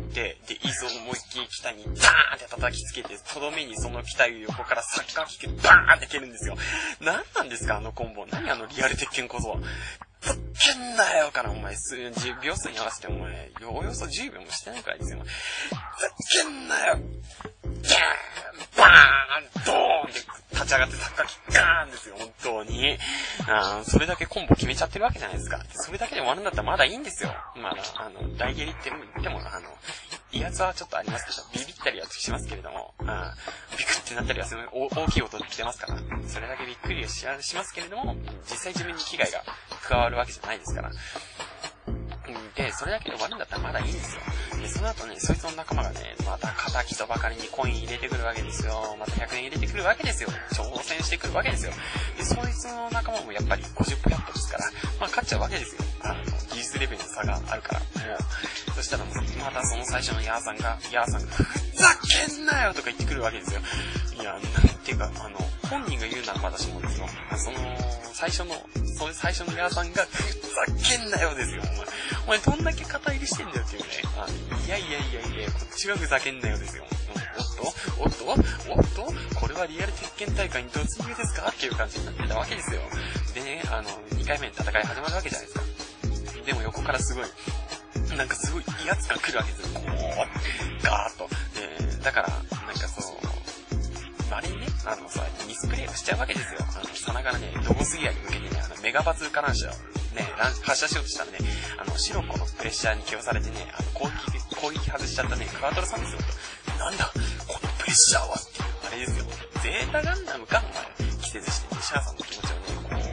[SPEAKER 1] で、椅子を思いっきり北に、バーンって叩きつけて、とどめにその北を横からサッカーキック、バーンって蹴るんですよ。なんなんですか、あのコンボ。何あのリアル鉄拳小僧は。ふっけんなよから、お前、じゅうびょう数に合わせて、お前、およそじゅうびょうもしてないくらいですよ。ふっけんなよギャーンバーンドーンって立ち上がってサッカーキックガーンですよ、本当に。あそれだけコンボ決めちゃってるわけじゃないですか。それだけで終わるんだったらまだいいんですよ。まだ、あの、大蹴りって言っても、あの、威圧はちょっとありますけど、ビビったりはしますけれども、うん、ビクってなったりはする、大きい音出ますから、それだけびっくりは し, しますけれども、実際自分に危害が加わるわけじゃないですから。で、それだけで終わるんだったらまだいいんですよ。で、その後ね、そいつの仲間がね、また仇とばかりにコイン入れてくるわけですよ。またひゃくえん入れてくるわけですよ。挑戦してくるわけですよ。で、そいつの仲間もやっぱりごじゅっぽやっとですから、まあ勝っちゃうわけですよ。あの、技術レベルの差があるから。もう、そしたらもう、またその最初のヤーさんが、ヤーさんが、ふざけんなよとか言ってくるわけですよ。いや、なんていうか、あの、本人が言うならまだしもですよ。その、最初の、それ最初のヤーさんが、ふざけんなよですよ、お前。お前どんだけ肩入りしてんだよっていうね。あいやいやいやいや、こっちがふざけんなよですよ。うん、おっとおっとおっとこれはリアル鉄拳大会に突入ですかっていう感じになってたわけですよ。でね、あの、にかいめの戦い始まるわけじゃないですか。でも横からすごい、なんかすごい威圧感来るわけですよ。こう、ガーッと。で、だから、なんかそう、あれにね、あのさ、ミスプレイをしちゃうわけですよ。あの、さながらね、ドボスギアに向けてね、あの、メガバズーカランシャーをね、発射しようとしたらね、あの、シロコのプレッシャーに気をされてね、あの、攻撃、攻撃外しちゃったね、クワトロさんですよ。なんだ、このプレッシャーはっていう、あれですよ。ゼータガンダムか、お前、着せずして、ね、シャアさんの気持ちをね、こう、体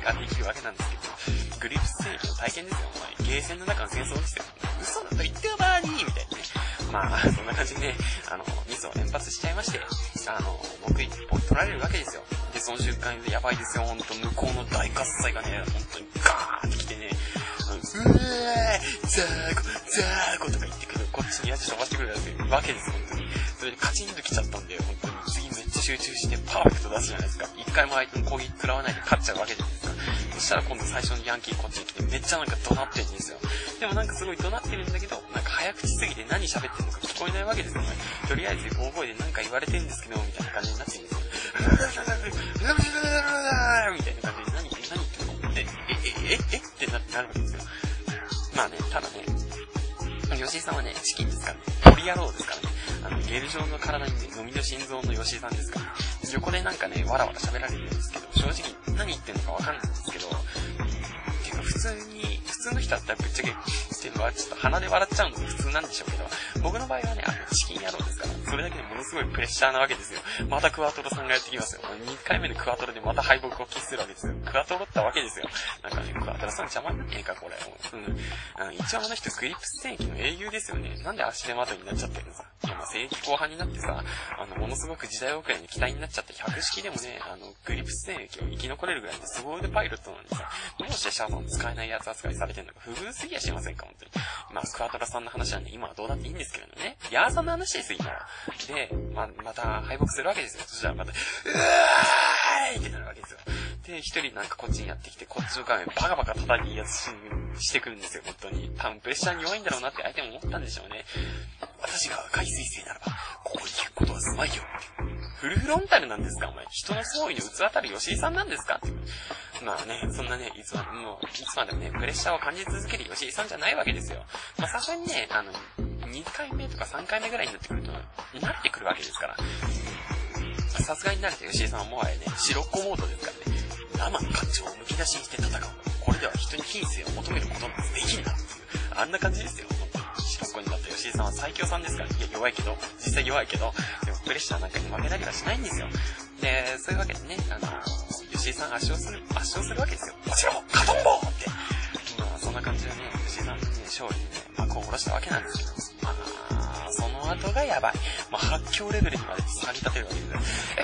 [SPEAKER 1] ができるわけなんですけど、グリップス戦役の体験ですよ、お前。ゲーセンの中の戦争ですよ。嘘だと言ってよ、バーニーみたいなね。まあ、そんな感じでね、あの、ミスを連発しちゃいまして、あの、僕一本取られるわけですよ。で、その瞬間でやばいですよ、ほんと、向こうの大喝采がね、ほんとにガーンってきてね、うーザーゴ、ザーゴとか言ってくる、こっちにヤジ飛ばしてくるわけですよ、ほんとに。それでカチンと来ちゃったんで、ほんとに次めっちゃ集中してパーフェクト出すじゃないですか。一回も相手の攻撃食らわないで勝っちゃうわけじゃないですか。そしたら今度最初にヤンキーこっちに来てめっちゃなんか怒鳴ってるんですよ。でもなんかすごい怒鳴ってるんだけど、なんか早口すぎて何喋ってるのか聞こえないわけですよね。とりあえず大声で何か言われてるんですけど、みたいな感じになってるんですよ。みたいな感じで何、何言ってるのって、え、え、え、えってなるわけですよ。まあね、ただね、吉井さんはね、チキンですからね、鳥野郎ですからね、あの、ゲル状の体にね、飲みの心臓の吉井さんですから、ね、横でなんかね、わらわら喋られるんですけど、正直何言ってるのかわかんないんですけど、ていうか普通に、普通の人だったらぶっちゃけっていうのはちょっと鼻で笑っちゃうのが普通なんでしょうけど、僕の場合はね、あの、チキン野郎ですから、それだけでものすごいプレッシャーなわけですよ。またクワトロさんがやってきますよ。にかいめのクワトロでまた敗北を喫するわけですよ。クワトロったわけですよ。なんかね、クワトロさん邪魔になってねえか、これ。うん。あの一応あの人グリップス戦役の英雄ですよね。なんで足手まといになっちゃってるのさ。いや、まあ、世紀後半になってさ、あの、ものすごく時代遅れに期待になっちゃってひゃく式でもね、あの、グリップス戦役を生き残れるぐらいの凄腕パイロットなのにさ、どうしてシャーマン使えないやつ扱いされてるのか不遇すぎやしませんか、本当に。まあ、クワトラさんの話はね、今はどうだっていいんですけどね。ヤーさんの話ですよ、今は。で、まあ、また敗北するわけですよ。そしたらまた、うーいってなるわけですよ。で、一人なんかこっちにやってきて、こっちの画面バカバカ叩きやつし、してくるんですよ、本当に。多分プレッシャーに弱いんだろうなって相手も思ったんでしょうね。私が海水星ならば、ここに行くことはすまいよ。フルフロンタルなんですか、お前。人の総意の器たる吉井さんなんですかって。まあね、そんなね、いつまでも、いつまでもね、プレッシャーを感じ続ける吉井さんじゃないわけですよ。まあさすがにね、あの、にかいめとかさんかいめぐらいになってくると、慣れてくるわけですから。さすがに慣れて吉井さんはもはやね、白っ子モードですからね、生の感情をむき出しにして戦う。これでは人に品性を求めることなんてできんなっていう、あんな感じですよ。本当に白っ子になった吉井さんは最強さんですから、いや弱いけど、実際弱いけど、でもプレッシャーなんかに負けたりはしないんですよ。で、そういうわけでね、あの、吉井さん圧勝する、圧勝するわけですよ。もちろん、カトンボーって。まあ、そんな感じでね、吉井さんのね、勝利でね、幕を下ろしたわけなんですけど、まあ、その後がやばい。まあ、発狂レベルにまで下げ立てるわけですよ。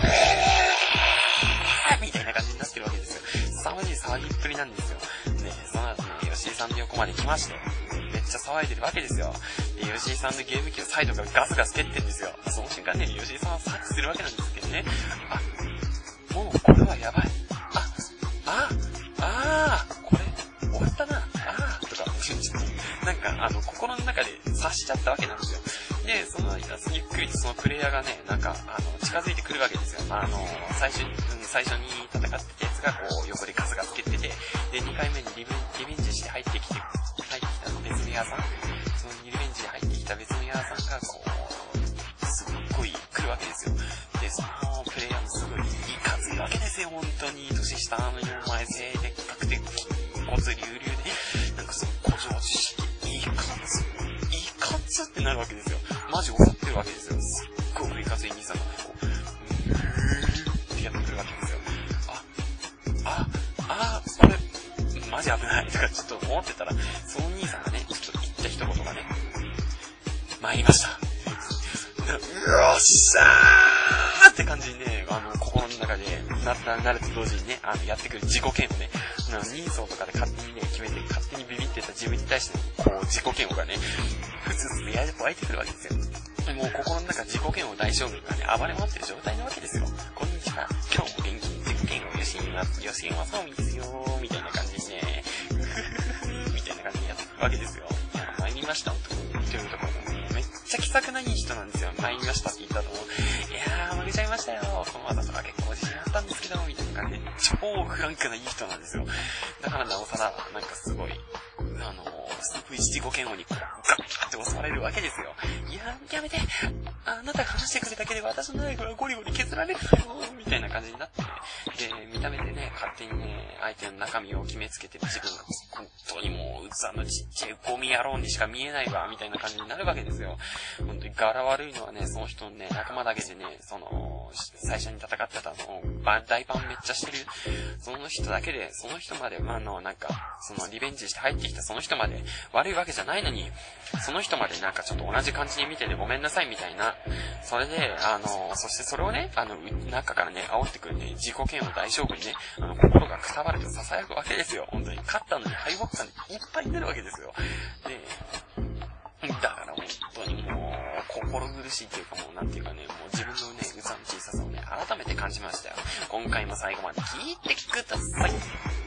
[SPEAKER 1] えーみたいな感じになってるわけですよ。凄まじい騒ぎっぷりなんですよ。で、その後ね、吉井さんの横まで来まして、めっちゃ騒いでるわけですよ。で、吉井さんのゲーム機をサイドからガスガス蹴ってんですよ。その瞬間ね、吉井さんは察知するわけなんですけどね。あ、もうこれはやばい。あ、あ、あー、これ、終わったな。あー、とか、なんか、あの、心の中で察しちゃったわけなんですよ。で、その、ゆっくりとそのプレイヤーがね、なんか、あの、近づいてくるわけですよ。あの、最初に、最初に戦ってたやつが、こう、横でガスガス蹴ってて、で、にかいめにリベン、リベンジして入ってきて、入ってきたの別のヤーさん、そのリベンジで入ってきた別のヤーさんが、こう、すっごい来るわけですよ。で、そのプレイヤーもすごい、いかついわけですよ、本当に。年下のお前、背でっかくて、骨隆々で、なんかその、古城知識、いいかつ、いいかつってなるわけですよ。マジ怒ってるわけですよ。すっごくいかつい兄さんが、こう、うーってやってくるわけですよ。あ、あ、あ、これ、マジ危ないとかちょっと思ってたら、その兄さんがね、ちょっと言った一言がね、参りました。よっしゃーって感じにね、あの、心の中で、な、な、なると同時にね、あの、やってくる自己嫌悪ね、人相とかで勝手にね、決めて、勝手にビビってた自分に対しての、こう、自己嫌悪がね、ふつふつや湧いてくるわけですよ。もう心の中自己嫌悪大将軍がね、暴れ回ってる状態なわけですよ。こんにちは、今日も元気に自己嫌悪よします、よしまさみですよー、みたいな感じにね、ふふふふみたいな感じにやってくるわけですよ。いや、参りました、と言ってるところもね、めっちゃ気さくないい人なんですよ。参りましたって言ったと思う。いやー、負けちゃいましたよ。この技とか結構自信あったんですけど、みたいな感じで、超フランクないい人なんですよ。だからなおさら、なんかすごい、あのー、すごい自己嫌悪にこう、ガッって襲われるわけですよ。いやー、やめて、あなたが話してくるだけで私のナイフはゴリゴリ削られるよ、みたいな感じになって、で、見た目でね、勝手にね、相手の中身を決めつけて、自分が本当にもう、器のちっちゃいゴミ野郎にしか見えないわ、みたいな感じになるわけですよ。本当に柄悪いのはね、その人のね、仲間だけでね、その、 最初に戦ってたのを、大パンめっちゃしてる、その人だけで、その人まで、あの、なんか、そのリベンジして入ってきたその人まで悪いわけじゃないのに、その人までなんかちょっと同じ感じに見てね、ごめんなさいみたいな、それで、あの、そしてそれをね、あの、中からね、煽ってくるね、自己嫌悪大将軍にね、あの、心がくたばると囁くわけですよ。本当に。勝ったのに敗北感いっぱい出るわけですよ。で、だから本当にもう、心苦しいっていうかもう、なんていうかね、もう自分のね、うさの小ささをね、改めて感じましたよ。今回も最後まで聞いてください。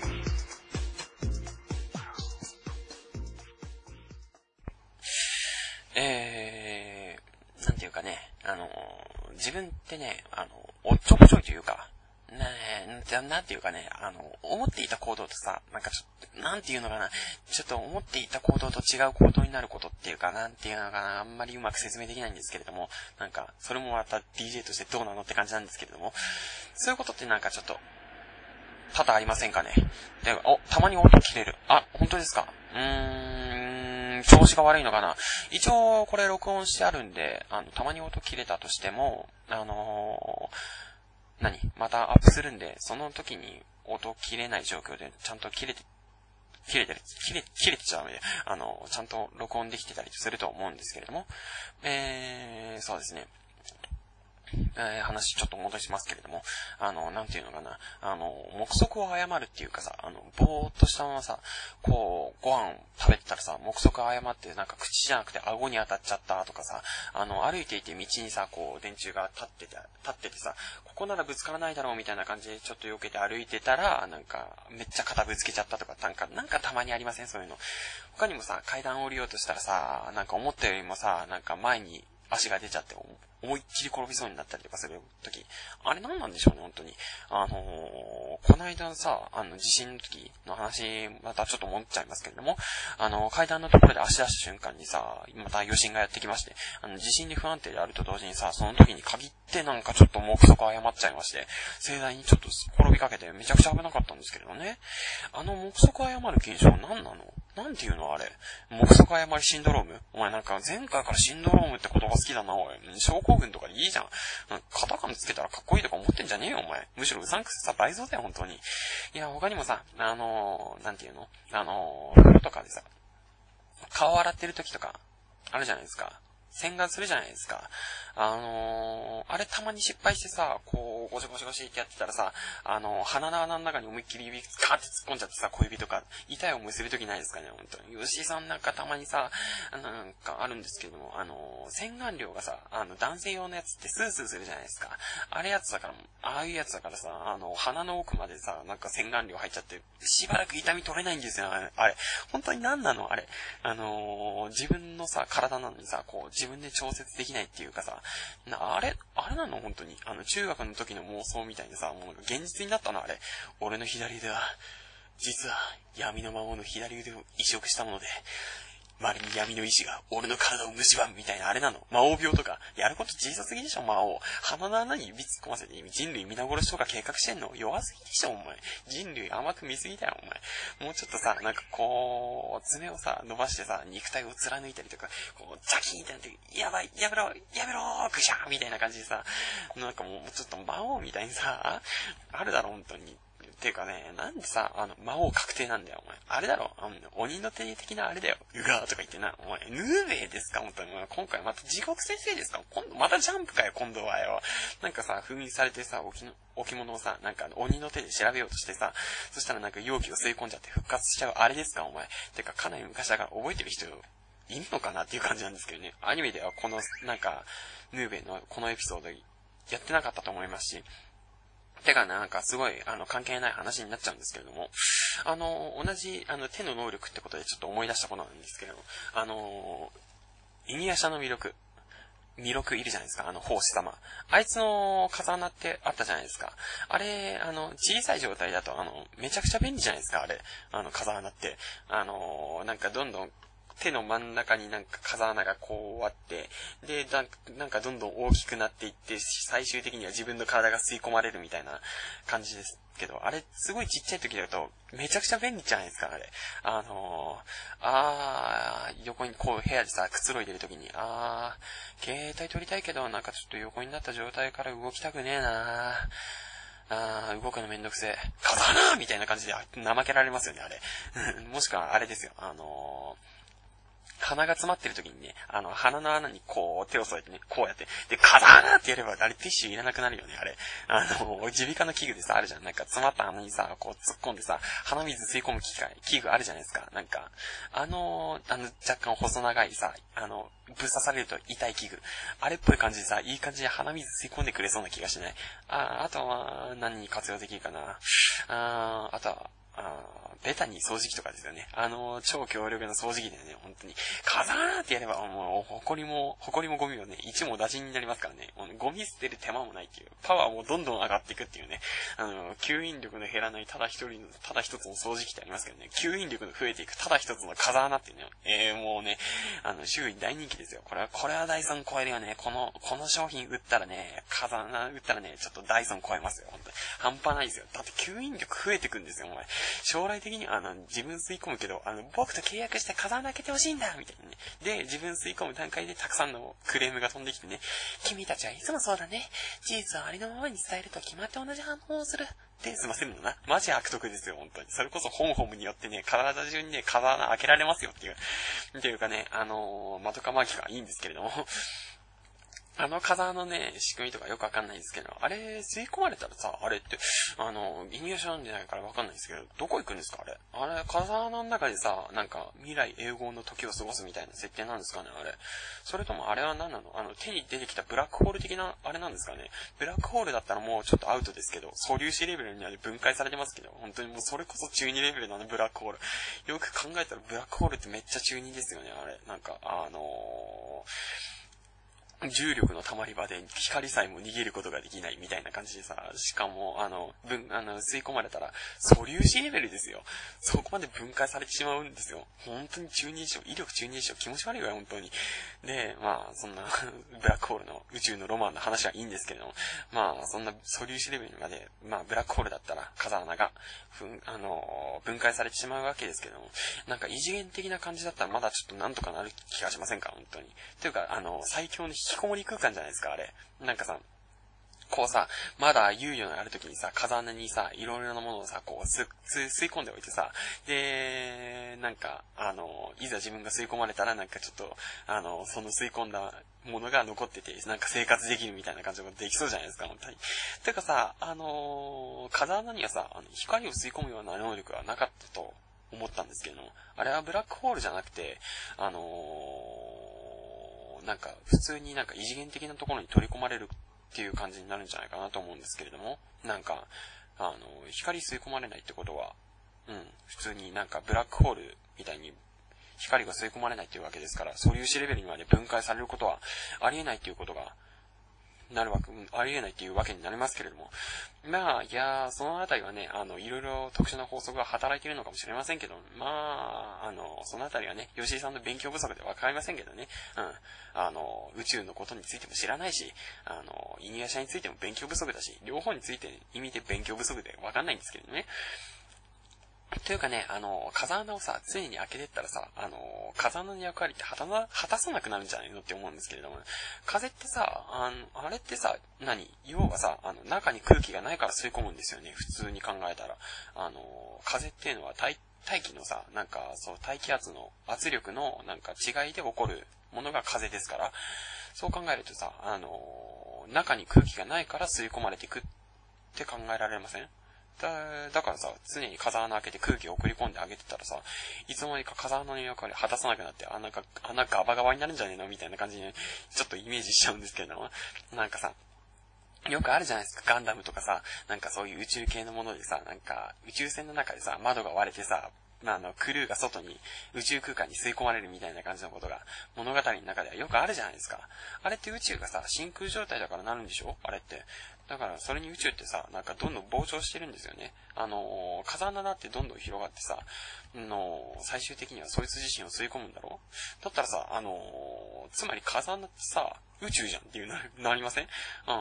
[SPEAKER 1] えー、なんていうかね、あの、自分ってね、あの、おっちょこちょいというか、ねえ、なんていうかね、あの、思っていた行動とさ、なんかちょっと、なんていうのかな、ちょっと思っていた行動と違う行動になることっていうか、なんていうのかな、あんまりうまく説明できないんですけれども、なんか、それもまた ディージェー としてどうなのって感じなんですけれども、そういうことってなんかちょっと、多々ありませんかね。で、お、たまに音切れる。あ、本当ですか。うーん、調子が悪いのかな。一応、これ録音してあるんで、あの、たまに音切れたとしても、あのー、何またアップするんで、その時に音切れない状況で、ちゃんと切れて、切れてる、切れ、切れてちゃダメで、あの、ちゃんと録音できてたりすると思うんですけれども、えー、そうですね。えー、話ちょっと戻しますけれども、あの、なんていうのかな、あの、目測を誤るっていうかさ、あの、ぼーっとしたままさ、こう、ご飯食べてたらさ、目測誤ってなんか口じゃなくて顎に当たっちゃったとかさ、あの、歩いていて道にさ、こう、電柱が立ってて、立っててさ、ここならぶつからないだろうみたいな感じでちょっと避けて歩いてたら、なんか、めっちゃ肩ぶつけちゃったとか、なんか、なんかたまにありませんそういうの。他にもさ、階段降りようとしたらさ、なんか思ったよりもさ、なんか前に足が出ちゃって、思いっきり転びそうになったりとかするとき、あれ何なんでしょうね、本当に。あのー、この間さ、あの、地震の時の話、またちょっと戻っちゃいますけれども、あの、階段のところで足出した瞬間にさ、また余震がやってきまして、あの、地震で不安定であると同時にさ、その時に限ってなんかちょっと目測誤っちゃいまして、盛大にちょっと転びかけてめちゃくちゃ危なかったんですけれどね。あの目測誤る現象何なの？なんていうのあれ。目測誤りシンドローム？お前なんか前回からシンドロームって言葉好きだな、おい。症候群とかでいいじゃん。カタカナつけたらかっこいいとか思ってんじゃねえよ、お前。むしろうさんくせさ、倍増だよ、本当に。いや、他にもさ、あのー、なんていうのあのー、風呂とかでさ、顔洗ってる時とか、あるじゃないですか。洗顔するじゃないですか。あのー、あれたまに失敗してさ、こう、ゴシゴシゴシってやってたらさ、あのー、鼻の穴の中に思いっきり指カーって突っ込んじゃってさ、小指とか、痛い思いするときないですかね、本当に。吉井さんなんかたまにさ、なんかあるんですけども、あのー、洗顔料がさ、あの、男性用のやつってスースーするじゃないですか。あれやつだから、ああいうやつだからさ、あの、鼻の奥までさ、なんか洗顔料入っちゃって、しばらく痛み取れないんですよ、あれ。あれ本当に何なのあれ。あのー、自分のさ、体なのにさ、こう、自分で調節できないっていうかさ、なあれあれなの本当に。あの、中学の時の妄想みたいにさ、もう現実になったのあれ。俺の左腕は、実は闇の魔王の左腕を移植したもので、周りに闇の意志が俺の体を蝕むみたいなあれなの。魔王病とか。やること小さすぎでしょ、魔王。鼻の穴に指突っ込ませて人類皆殺しとか計画してんの弱すぎでしょ、お前。人類甘く見すぎだよ、お前。もうちょっとさ、なんかこう、爪をさ、伸ばしてさ、肉体を貫いたりとか、こう、ザキーンってなって、やばい、やめろ、やめろー、ぐしゃーみたいな感じでさ、なんかもうちょっと魔王みたいにさ、あるだろ、本当に。っていうかね、なんでさ、あの、魔王確定なんだよ、お前。あれだろ、あの、鬼の手的なあれだよ。うがーとか言ってな、お前、ヌーベイですか本当に。今回また地獄先生ですか今度、またジャンプかよ、今度はよ。なんかさ、封印されてさ、置きの、置物をさ、なんか鬼の手で調べようとしてさ、そしたらなんか容器を吸い込んじゃって復活しちゃうあれですか、お前。てか、かなり昔だから覚えてる人、いんのかなっていう感じなんですけどね。アニメではこの、なんか、ヌーベイのこのエピソードやってなかったと思いますし、てかなんかすごい、あの、関係ない話になっちゃうんですけれども、あの、同じ、あの、手の能力ってことでちょっと思い出したことなんですけども、あの、イニアシャの魅力、魅力いるじゃないですか、あの、奉仕様。あいつの風穴ってあったじゃないですか。あれ、あの、小さい状態だと、あの、めちゃくちゃ便利じゃないですか、あれ。あの、風穴って。あの、なんかどんどん、 手の真ん中になんか風穴がこうあって、で、だなんかどんどん大きくなっていって、最終的には自分の体が吸い込まれるみたいな感じですけど、あれ、すごいちっちゃい時だと、めちゃくちゃ便利じゃないですか、あれ。あのー、あー、横にこう部屋でさ、くつろいでる時に、あー、携帯撮りたいけど、なんかちょっと横になった状態から動きたくねえなー。あー、動くのめんどくせえ。風穴みたいな感じで怠けられますよね、あれ。もしくはあれですよ、あのー、鼻が詰まってる時にね、あの、鼻の穴にこう手を添えてね、こうやって、で、カザーってやればあれティッシュいらなくなるよね、あれ。あの、耳鼻科の器具でさ、あるじゃん。なんか詰まった穴にさ、こう突っ込んでさ、鼻水吸い込む機械、器具あるじゃないですか。なんか、あの、あの、若干細長いさ、あの、ぶっ刺されると痛い器具。あれっぽい感じでさ、いい感じで鼻水吸い込んでくれそうな気がしない。あ、あとは、何に活用できるかな。あ、あとは、あベタに掃除機とかですよね。あの、超強力な掃除機だよね、本当に。カザーってやれば、もう、埃も、埃もゴミもね、一網打尽になりますからね。ゴミ捨てる手間もないっていう。パワーもどんどん上がっていくっていうね。あの、吸引力の減らない、ただ一人の、ただ一つの掃除機ってありますけどね。吸引力の増えていく、ただ一つのカザーナっていうね。えー、もうね、あの、周囲大人気ですよ。これは、これはダイソン超えるよね。この、この商品売ったらね、カザーナ売ったらね、ちょっとダイソン超えますよ、本当に。半端ないですよ。だって吸引力増えてくんですよ、お前。将来的にあの、自分吸い込むけど、あの、僕と契約して風穴開けてほしいんだみたいなね。で、自分吸い込む段階でたくさんのクレームが飛んできてね、君たちはいつもそうだね。事実をありのままに伝えると決まって同じ反応をする。で、済ませるのな。マジ悪徳ですよ、本当に。それこそホムホムによってね、体中にね、風穴開けられますよっていう。っていうかね、あのー、マトカマキがいいんですけれども。あの風のね、仕組みとかよくわかんないんですけど、あれ、吸い込まれたらさ、あれって、あの、イニシャなんじゃないからわかんないんですけど、どこ行くんですかあれ。あれ、風穴の中でさ、なんか、未来永劫の時を過ごすみたいな設定なんですかねあれ。それともあれは何なのあの、手に出てきたブラックホール的な、あれなんですかね。ブラックホールだったらもうちょっとアウトですけど、素粒子レベルには分解されてますけど、本当にもうそれこそ中にレベルのあのブラックホール。よく考えたらブラックホールってめっちゃ中にですよね、あれ。なんか、あのー、重力の溜まり場で光さえも逃げることができないみたいな感じでさ、しかも、あの、分、あの、吸い込まれたら、素粒子レベルですよ。そこまで分解されてしまうんですよ。本当に中二でしょ。威力中二でしょ。気持ち悪いわよ、本当に。で、まあ、そんな、ブラックホールの宇宙のロマンの話はいいんですけれども、まあ、そんな素粒子レベルまで、まあ、ブラックホールだったら、風穴が、ふん、あの、分解されてしまうわけですけれども、なんか異次元的な感じだったらまだちょっとなんとかなる気がしませんか、本当に。というか、あの、最強の引きこもり空間じゃないですか、あれ。なんかさ、こうさ、まだ猶予のある時にさ、風穴にさ、いろいろなものをさ、こう、す、吸い込んでおいてさ、で、なんか、あの、いざ自分が吸い込まれたら、なんかちょっと、あの、その吸い込んだものが残ってて、なんか生活できるみたいな感じができそうじゃないですか、本当に。てかさ、あの、風穴にはさ、あの光を吸い込むような能力はなかったと思ったんですけども、あれはブラックホールじゃなくて、あのー、なんか、普通になんか異次元的なところに取り込まれるっていう感じになるんじゃないかなと思うんですけれども、なんか、あの、光吸い込まれないってことは、うん、普通になんかブラックホールみたいに光が吸い込まれないっていうわけですから、素粒子レベルにまで分解されることはありえないっていうことが、なるわけ、ありえないっていうわけになりますけれども。まあ、いやー、そのあたりはね、あの、いろいろ特殊な法則が働いているのかもしれませんけど、まあ、あの、そのあたりはね、吉井さんの勉強不足でわかりませんけどね、うん。あの、宇宙のことについても知らないし、あの、イニア社についても勉強不足だし、両方について意味で勉強不足でわかんないんですけどね。というかね、あの、風穴をさ、常に開けてったらさ、あの、風穴の役割って果たな、果たさなくなるんじゃないのって思うんですけれども、風ってさ、あの、あれってさ、何要はさ、あの、中に空気がないから吸い込むんですよね、普通に考えたら。あの、風っていうのは大、大気のさ、なんか、そう、大気圧の圧力の、なんか違いで起こるものが風ですから、そう考えるとさ、あの、中に空気がないから吸い込まれていくって考えられません？だ、だからさ、常に風穴開けて空気を送り込んであげてたらさ、いつの間にか風穴の役割果たさなくなって、あ、なんか、穴ガバガバになるんじゃねえのみたいな感じに、ちょっとイメージしちゃうんですけれども、なんかさ、よくあるじゃないですか、ガンダムとかさ、なんかそういう宇宙系のものでさ、なんか、宇宙船の中でさ、窓が割れてさ、 まあ、あの、クルーが外に、宇宙空間に吸い込まれるみたいな感じのことが、物語の中ではよくあるじゃないですか。あれって宇宙がさ、真空状態だからなるんでしょあれって。だから、それに宇宙ってさ、なんかどんどん膨張してるんですよね。あのー、風穴だってどんどん広がってさ、あのー、最終的にはそいつ自身を吸い込むんだろだったらさ、あのー、つまり風穴ってさ、宇宙じゃんっていうな、なりません？うん。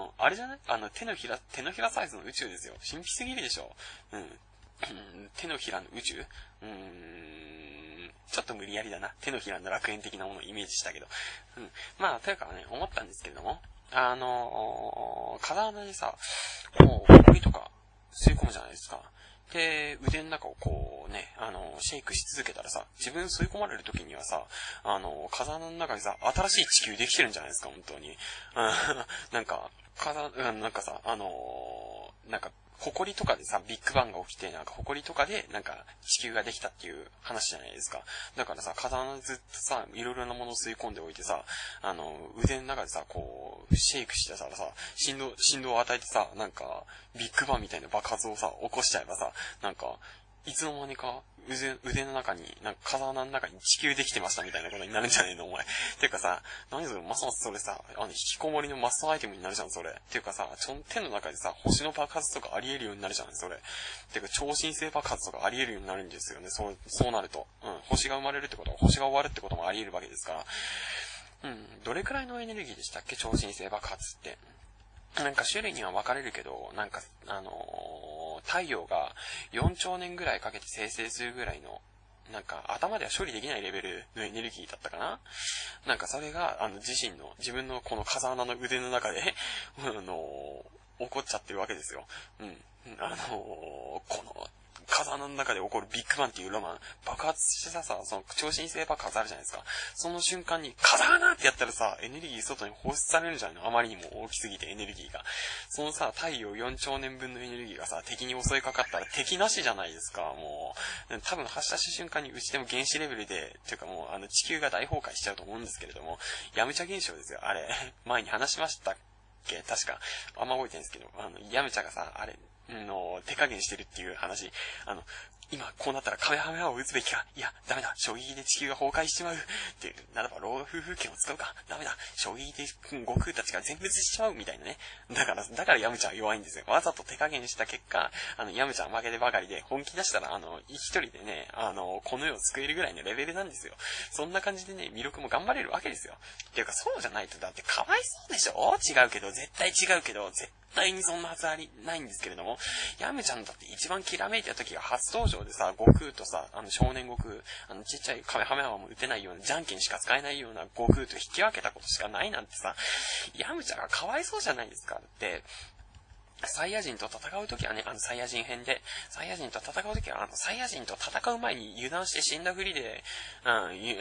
[SPEAKER 1] あれじゃない？あの、手のひら、手のひらサイズの宇宙ですよ。神秘すぎるでしょ。うん。手のひらの宇宙？うーん。ちょっと無理やりだな。手のひらの楽園的なものをイメージしたけど。うん。まあ、というかね、思ったんですけれども、あのー、風穴にさ、もう、埃とか吸い込むじゃないですか。で、腕の中をこうね、あの、シェイクし続けたらさ、自分吸い込まれる時にはさ、あの、風穴の中にさ、新しい地球できてるんじゃないですか、本当に。なんか、風、なんかさ、あのー、なんか、埃とかでさ、ビッグバンが起きて、なんか埃とかで、なんか地球ができたっていう話じゃないですか。だからさ、風穴ずっとさ、いろいろなものを吸い込んでおいてさ、あの、腕の中でさ、こう、シェイクしてさ、さ、振動、振動を与えてさ、なんか、ビッグバンみたいな爆発をさ、起こしちゃえばさ、なんか、いつの間にか、腕、腕の中に、なんか風穴の中に地球できてましたみたいなことになるんじゃねえのお前。ていうかさ、何それ、ますますそれさ、あの、引きこもりのマストアイテムになるじゃん、それ。ていうかさ、ちょん、手の中でさ、星の爆発とかあり得るようになるじゃん、それ。ていうか、超新星爆発とかあり得るようになるんですよね、そう、そうなると。うん、星が生まれるってことは、星が終わるってこともあり得るわけですから。うん、どれくらいのエネルギーでしたっけ、超新星爆発って。なんか種類には分かれるけど、なんか、あのー、太陽がよんちょうねんぐらいかけて生成するぐらいの、なんか頭では処理できないレベルのエネルギーだったかな。なんかそれが、あの、自身の、自分のこの風穴の腕の中で、あのー、起こっちゃってるわけですよ。うん。あのー、この、風穴の中で起こるビッグバンっていうロマン、爆発してさ、その超新星爆発あるじゃないですか。その瞬間に、風穴ってやったらさ、エネルギー外に放出されるんじゃないの？あまりにも大きすぎてエネルギーが。そのさ、太陽よんちょうねんぶんのエネルギーがさ、敵に襲いかかったら敵なしじゃないですか、もう。多分発射した瞬間にうちでも原子レベルで、っていうかもう、あの、地球が大崩壊しちゃうと思うんですけれども、ヤムチャ現象ですよ、あれ。前に話しましたっけ？確か。あんま覚えてないんですけど、あの、ヤムチャがさ、あれ、の、手加減してるっていう話。あの、今こうなったらカメハメハを撃つべきか。いや、ダメだ。衝撃で地球が崩壊しちまう。っていう、ならば老夫婦権を使うか。ダメだ。衝撃で悟空たちが全滅しちまうみたいなね。だから、だからヤムチャは弱いんですよ。わざと手加減した結果、あの、ヤムチャは負けてばかりで、本気出したら、あの、一人でね、あの、この世を救えるぐらいのレベルなんですよ。そんな感じでね、魅力も頑張れるわけですよ。っていうか、そうじゃないと、だってかわいそうでしょ？違うけど、絶対違うけど、絶対絶対にそんなはずありないんですけれども、ヤムちゃんだって一番きらめいた時が初登場でさ、悟空とさ、あの少年悟空、あのちっちゃいカメハメハも打てないような、じゃんけんしか使えないような悟空と引き分けたことしかないなんてさ、ヤムちゃんがかわいそうじゃないですか。って、サイヤ人と戦うときはね、あのサイヤ人編で、サイヤ人と戦うときは、あのサイヤ人と戦う前に油断して死んだふりで、うん、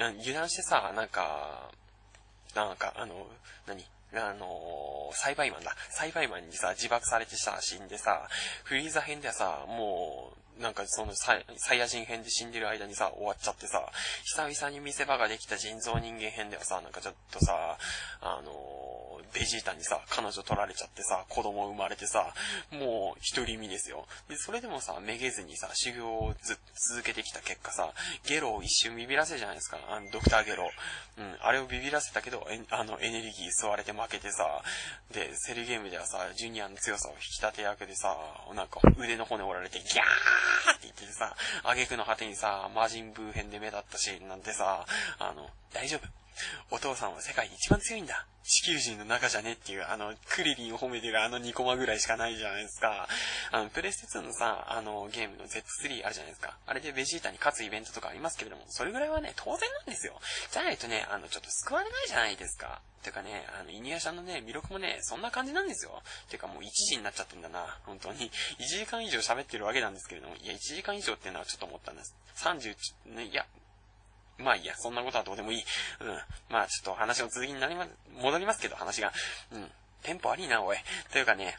[SPEAKER 1] 油断してさ、なんか、なんか、あの、何あのー、栽培マンだ。栽培マンにさ、自爆されてさ、死んでさ、フリーザ編ではさ、もう、なんかそのサイ、サイヤ人編で死んでる間にさ、終わっちゃってさ、久々に見せ場ができた人造人間編ではさ、なんかちょっとさ、あのー、ベジータにさ、彼女取られちゃってさ、子供生まれてさ、もう一人身ですよ。で、それでもさ、めげずにさ、修行をず続けてきた結果さ、ゲロを一瞬ビビらせるじゃないですか。あの、ドクターゲロ。うん、あれをビビらせたけど、えあの、エネルギー吸われて負けてさ、で、セルゲームではさ、ジュニアの強さを引き立て役でさ、なんか腕の骨折られてギャーって言っててさ、挙句の果てにさ、魔人ブー編で目立ったシーンなんてさ、あの、大丈夫。お父さんは世界で一番強いんだ。地球人の中じゃねっていう、あの、クリリンを褒めてるあのにコマぐらいしかないじゃないですか。あの、プレステツーのさ、あの、ゲームの ゼットスリー あるじゃないですか。あれでベジータに勝つイベントとかありますけれども、それぐらいはね、当然なんですよ。じゃないとね、あの、ちょっと救われないじゃないですか。てかね、あの、イニアシャのね、魅力もね、そんな感じなんですよ。てかもういちじになっちゃってんだな。本当に。いちじかん以上喋ってるわけなんですけれども、いや、いちじかん以上っていうのはちょっと思ったんです。さんじゅう、ね、いや、まあいいや、そんなことはどうでもいい。うん。まあちょっと話の続きになりま、戻りますけど、話が。うん。テンポ悪いな、おい。というかね、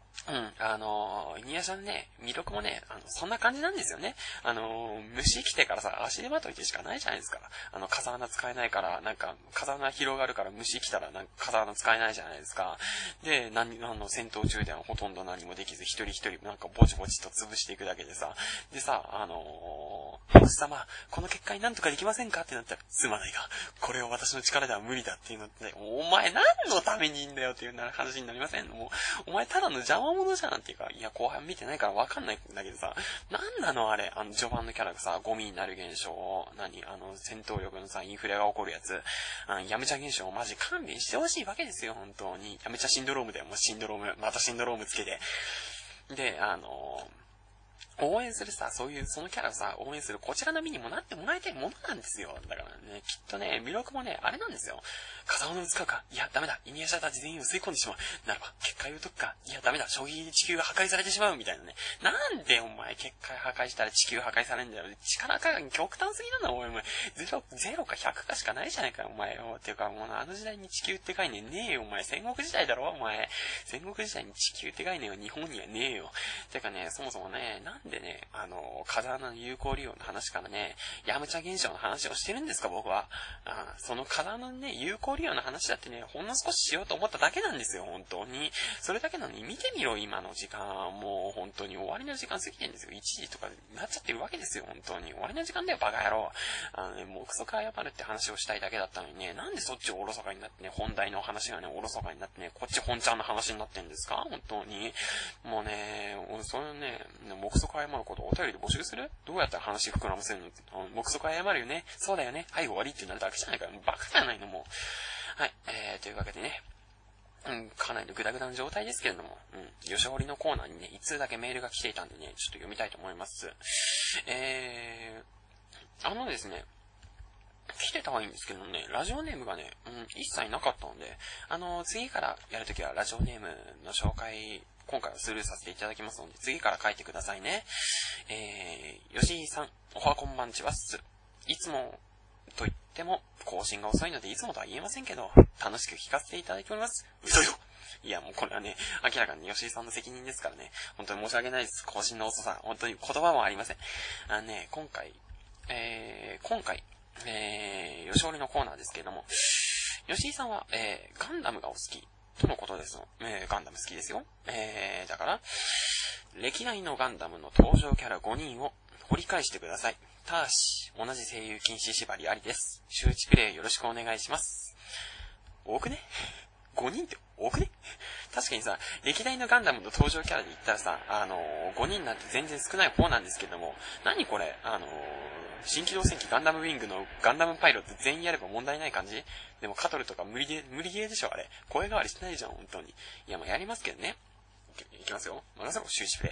[SPEAKER 1] うん、あのー、イニヤちゃんね、魅力もね、あの、そんな感じなんですよね。あのー、虫来てからさ、足手まといてしかないじゃないですか。あの、風穴使えないから、なんか、風穴広がるから虫来たら、なんか、風穴使えないじゃないですか。で、何、あの、戦闘中ではほとんど何もできず、一人一人、なんか、ぼちぼちと潰していくだけでさ。でさ、あのー、星様、この結界なんとかできませんかってなったら、すまないが、これを私の力では無理だっていうのって、お前何のためにいいんだよっていう話になりません？もう、お前ただの邪魔者じゃんっていうか、いや、後半見てないからわかんないんだけどさ、なんなのあれ、あの、序盤のキャラがさ、ゴミになる現象、何、あの、戦闘力のさ、インフレが起こるやつ、あの、やめちゃ現象、マジ勘弁してほしいわけですよ、本当に。やめちゃシンドロームだよ、もうシンドローム、またシンドロームつけて。で、あの応援するさ、そういう、そのキャラをさ、応援するこちらの身にもなってもらいたいものなんですよ。だからね、きっとね、魅力もね、あれなんですよ。風穴を使うか。いや、ダメだ。イニアシャたち全員を吸い込んでしまう。ならば、結界を解くか。いや、ダメだ。衝撃で地球が破壊されてしまう。みたいなね。なんでお前、結界破壊したら地球破壊されるんだよ。力加減極端すぎなんだ、お前。ゼロ、ゼロかひゃくかしかないじゃないかよ、お前よ。っていうか、もうあの時代に地球って概念ねえよ、お前。戦国時代だろ、お前。戦国時代に地球って概念は日本にはねえよ。てかね、そもそもね、なんでね、あの、風穴の有効利用の話からね、ヤムチャ現象の話をしてるんですか、僕は。あその風穴のね、有効利用の話だってね、ほんの少ししようと思っただけなんですよ、本当に。それだけなのに、見てみろ、今の時間。もう本当に終わりの時間過ぎてるんですよ。いちじとかになっちゃってるわけですよ、本当に。終わりの時間だよ、バカ野郎。あのね、もうクソか謝るって話をしたいだけだったのにね、なんでそっちをおろそかになってね、本題の話がね、おろそかになってね、こっち本ちゃんの話になってんですか、本当に。もうね、そういうね、もうクソか謝ることをお便りで募集する？どうやったら話膨らませるのって。目測謝るよね。そうだよね。はい、終わりってなるだけじゃないから。バカじゃないの、もう。はい、えー、というわけでね。うん、かなりグダグダな状態ですけれども、うん、よしほりのコーナーにね、いつつだけメールが来ていたんでね、ちょっと読みたいと思います。えー、あのですね、来てたはいいんですけどね、ラジオネームがね、うん、一切なかったので、あの、次からやるときはラジオネームの紹介、今回はスルーさせていただきますので、次から書いてくださいね。えー、吉井さん、おはこんばんちはっす。いつもと言っても、更新が遅いのでいつもとは言えませんけど、楽しく聞かせていただいております。嘘よ。いや、もうこれはね、明らかに吉井さんの責任ですからね。本当に申し訳ないです。更新の遅さ。本当に言葉もありません。あのね、今回、えー、今回、えー、吉織のコーナーですけれども、吉井さんは、えー、ガンダムがお好きとのことですの。えー、ガンダム好きですよ。えー、だから、歴代のガンダムの登場キャラごにんを掘り返してください。ただし、同じ声優禁止縛りありです。周知プレイよろしくお願いします。多くね ?ご 人って多くね確かにさ、歴代のガンダムの登場キャラで言ったらさ、あのー、ごにんなんて全然少ない方なんですけども、何これあのー、新機動戦記ガンダムウィングのガンダムパイロット全員やれば問題ない感じ？でもカトルとか無理ゲー、無理ゲーでしょあれ。声変わりしてないじゃん、本当に。いや、まあやりますけどね。いきますよ。任せろ、周知プレイ。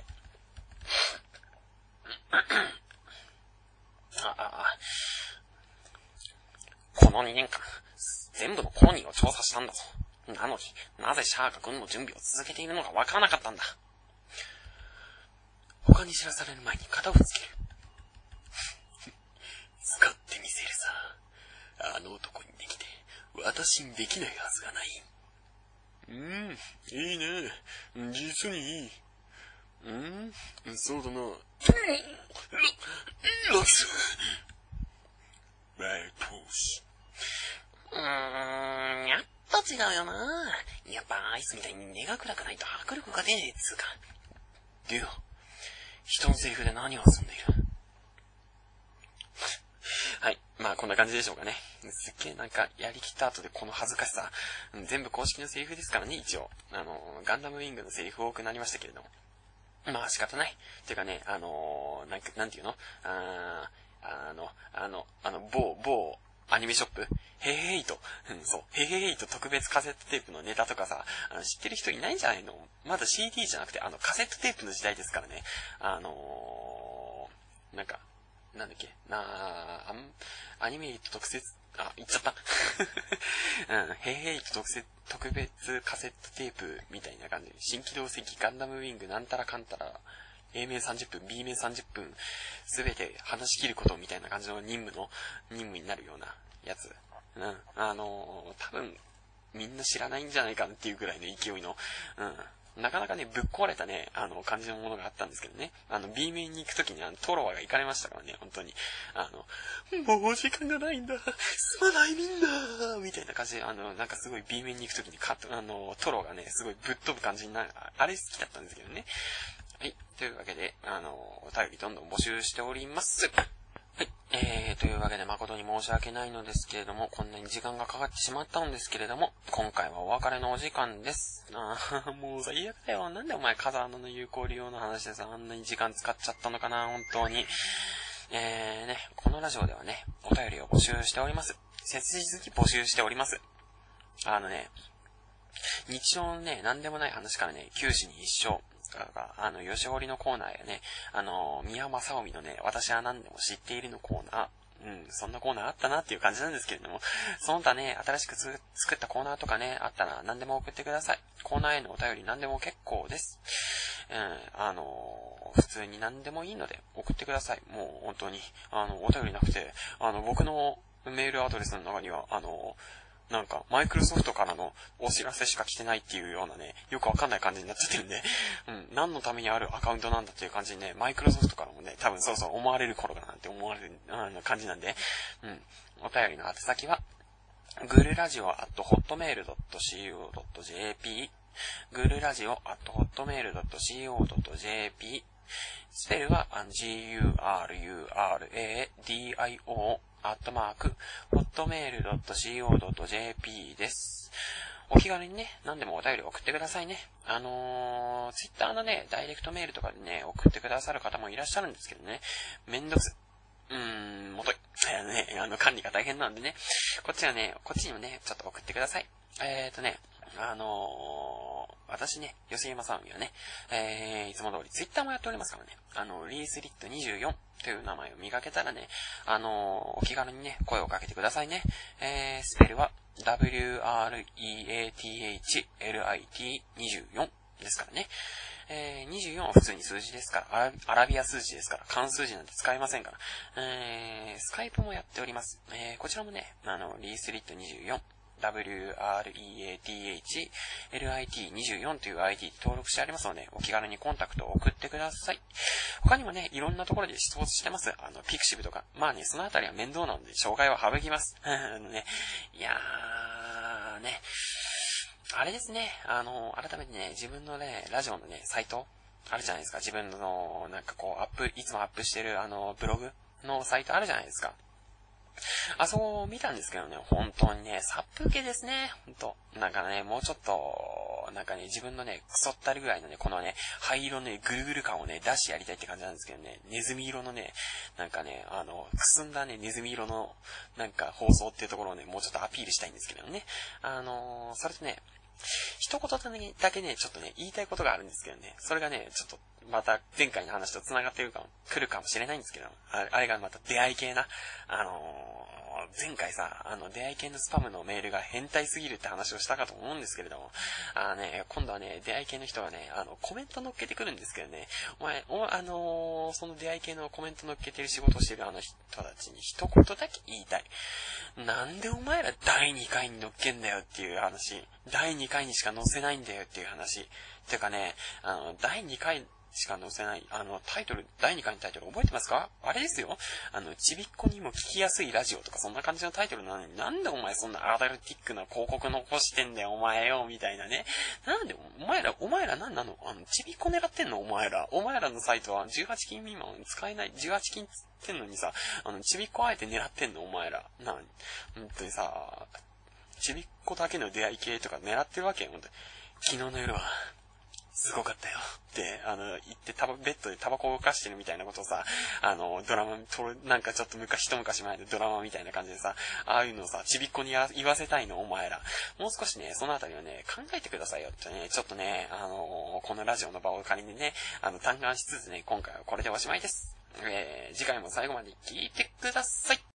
[SPEAKER 1] あ、あ、あ。このにねんかん、全部のコロニーを調査したんだぞ。なのに、なぜシャアが軍の準備を続けているのかわからなかったんだ。他に知らされる前に型をつける。使ってみせるさ。あの男にできて、私にできないはずがない。うーん、いいね。実にいい。うーん、そうだな。ロス。バイトシ。うーん、やっぱ違うよな。やっぱアイスみたいに根が暗くないと迫力が出ねえっつうか。でよ、人のセリフで何を遊んでいる？はい。まあこんな感じでしょうかね。すっげえなんかやりきった後でこの恥ずかしさ。全部公式のセリフですからね、一応。あの、ガンダムウィングのセリフ多くなりましたけれども。まあ仕方ない。てかね、あのー、なんか、なんていうのあー、あの、あの、あの、某、某、アニメショップヘイヘイと、うん、そう、ヘイヘイと特別カセットテープのネタとかさ、あの知ってる人いないんじゃないの？まだ シーディー じゃなくて、あの、カセットテープの時代ですからね。あのー、なんか、なんだっけ、なあ、アニメイト特設、あ、言っちゃった。うん、ヘイヘイと特設、特別カセットテープみたいな感じで、新機動戦記ガンダムウィングなんたらかんたら、A 面さんじゅっぷん、B 面さんじゅっぷん、すべて話し切ることみたいな感じの任務の、任務になるようなやつ。うん。あのー、多分、みんな知らないんじゃないかなっていうぐらいの勢いの、うん。 なかなかね、ぶっ壊れたね、あの、感じのものがあったんですけどね。あの、B 面に行くときに、あの、トロワが行かれましたからね、本当に。あの、もう時間がないんだ、すまないみんなみたいな感じで、あの、なんかすごい B 面に行くときにカット、あの、トロがね、すごいぶっ飛ぶ感じになる、あれ好きだったんですけどね。はい。というわけで、あの、お便りどんどん募集しております。はい。えー、というわけで誠に申し訳ないのですけれども、こんなに時間がかかってしまったんですけれども、今回はお別れのお時間です。あー、もう最悪だよ。なんでお前風穴の有効利用の話でさ、あんなに時間使っちゃったのかな、本当に。えーね、このラジオではね、お便りを募集しております。切実に募集しております。あのね、日常のね、なんでもない話からね、九死に一生。あの、吉織のコーナーやね、あの、宮正臣のね、私は何でも知っているのコーナー、うん、そんなコーナーあったなっていう感じなんですけれども、その他ね、新しく作ったコーナーとかね、あったら何でも送ってください。コーナーへのお便り何でも結構です。うん、あの、普通に何でもいいので送ってください。もう本当に、あの、お便りなくて、あの、僕のメールアドレスの中には、あの、なんか、マイクロソフトからのお知らせしか来てないっていうようなね、よくわかんない感じになっちゃってるんで、うん、何のためにあるアカウントなんだっていう感じにね、マイクロソフトからもね、多分そうそう思われる頃かなんて思われる、あの感じなんで、うん、お便りの宛先は、グルラジオアットホットメールドットシーオードットジェーピー、グルラジオアットホットメールドットシーオードットジェーピー、スペルは ジーユーアールユーアールエーディーアイオー アットマーク、ホットメールドットシーオードットジェーピー です。お気軽にね、何でもお便り送ってくださいね。あのー、ツイッターのね、ダイレクトメールとかでね、送ってくださる方もいらっしゃるんですけどね、めんどくさい。うーん、もとい。あのね、あの、管理が大変なんでね、こっちはね、こっちにもね、ちょっと送ってください。えーとね、あのー、私ね、吉山さんにはね、えー、いつも通りツイッターもやっておりますからね、あの、リースリットにじゅうよんという名前を見かけたらね、あのー、お気軽にね、声をかけてくださいね。えー、スペルは、ダブリューアールイーエーティーエイチエルアイティーにじゅうよん ですからね。えー、にじゅうよんは普通に数字ですから、アラビア数字ですから、漢数字なんて使いませんから。えー、スカイプもやっております。えー、こちらもね、あの、リースリットにじゅうよん、ダブリューアールイーエーティーエイチエルアイティーにじゅうよん という アイディー 登録してありますので、お気軽にコンタクトを送ってください。他にもね、いろんなところで出没してます。あの、ピクシブとか。まあね、そのあたりは面倒なので、障害は省きます。あのね、いやー、ね、あれですね、あの、改めてね、自分のね、ラジオのね、サイト、あるじゃないですか。自分の、なんかこう、アップ、いつもアップしてる、あの、ブログのサイトあるじゃないですか。あそこを見たんですけどね、本当にね、殺風景ですね、本当なんかね、もうちょっと、なんかね、自分のね、クソったるぐらいのね、このね、灰色のね、ぐるぐる感をね、出してやりたいって感じなんですけどね、ネズミ色のね、なんかね、あの、くすんだね、ネズミ色の、なんか放送っていうところをね、もうちょっとアピールしたいんですけどね。あのー、それとね、一言だけね、ちょっとね、言いたいことがあるんですけどね、それがね、ちょっと、また前回の話と繋がってくるかも、来るかもしれないんですけど、あ, あれがまた出会い系な、あのー、前回さ、あの、出会い系のスパムのメールが変態すぎるって話をしたかと思うんですけれども、あのね、今度はね、出会い系の人がね、あの、コメント乗っけてくるんですけどね、お前、お、あのー、その出会い系のコメント乗っけてる仕事をしてるあの人たちに一言だけ言いたい。なんでお前らだいにかいに乗っけんだよっていう話。だいにかいにしか載せないんだよっていう話。てかね、あの、だいにかいしか載せない、あの、タイトル、だいにかいのタイトル覚えてますか？あれですよ。あの、ちびっこにも聞きやすいラジオとかそんな感じのタイトルなのに、なんでお前そんなアダルティックな広告残してんだよ、お前よ、みたいなね。なんで、お前ら、お前らなんなの？あの、ちびっこ狙ってんの？お前ら。お前らのサイトはじゅうはちきん未満使えない、じゅうはちきんつってんのにさ、あの、ちびっこあえて狙ってんの？お前ら。な、本当にさ、ちびっこだけの出会い系とか狙ってるわけよ、本当に。昨日の夜は、すごかったよ。って、あの、言ってタバ、ベッドでタバコを浮かしてるみたいなことをさ、あの、ドラマ、なんかちょっと昔、一昔前のドラマみたいな感じでさ、ああいうのをさ、ちびっこに言わせたいの、お前ら。もう少しね、そのあたりをね、考えてくださいよってね、ちょっとね、あの、このラジオの場を借りにね、あの、嘆願しつつね、今回はこれでおしまいです。えー、次回も最後まで聞いてください。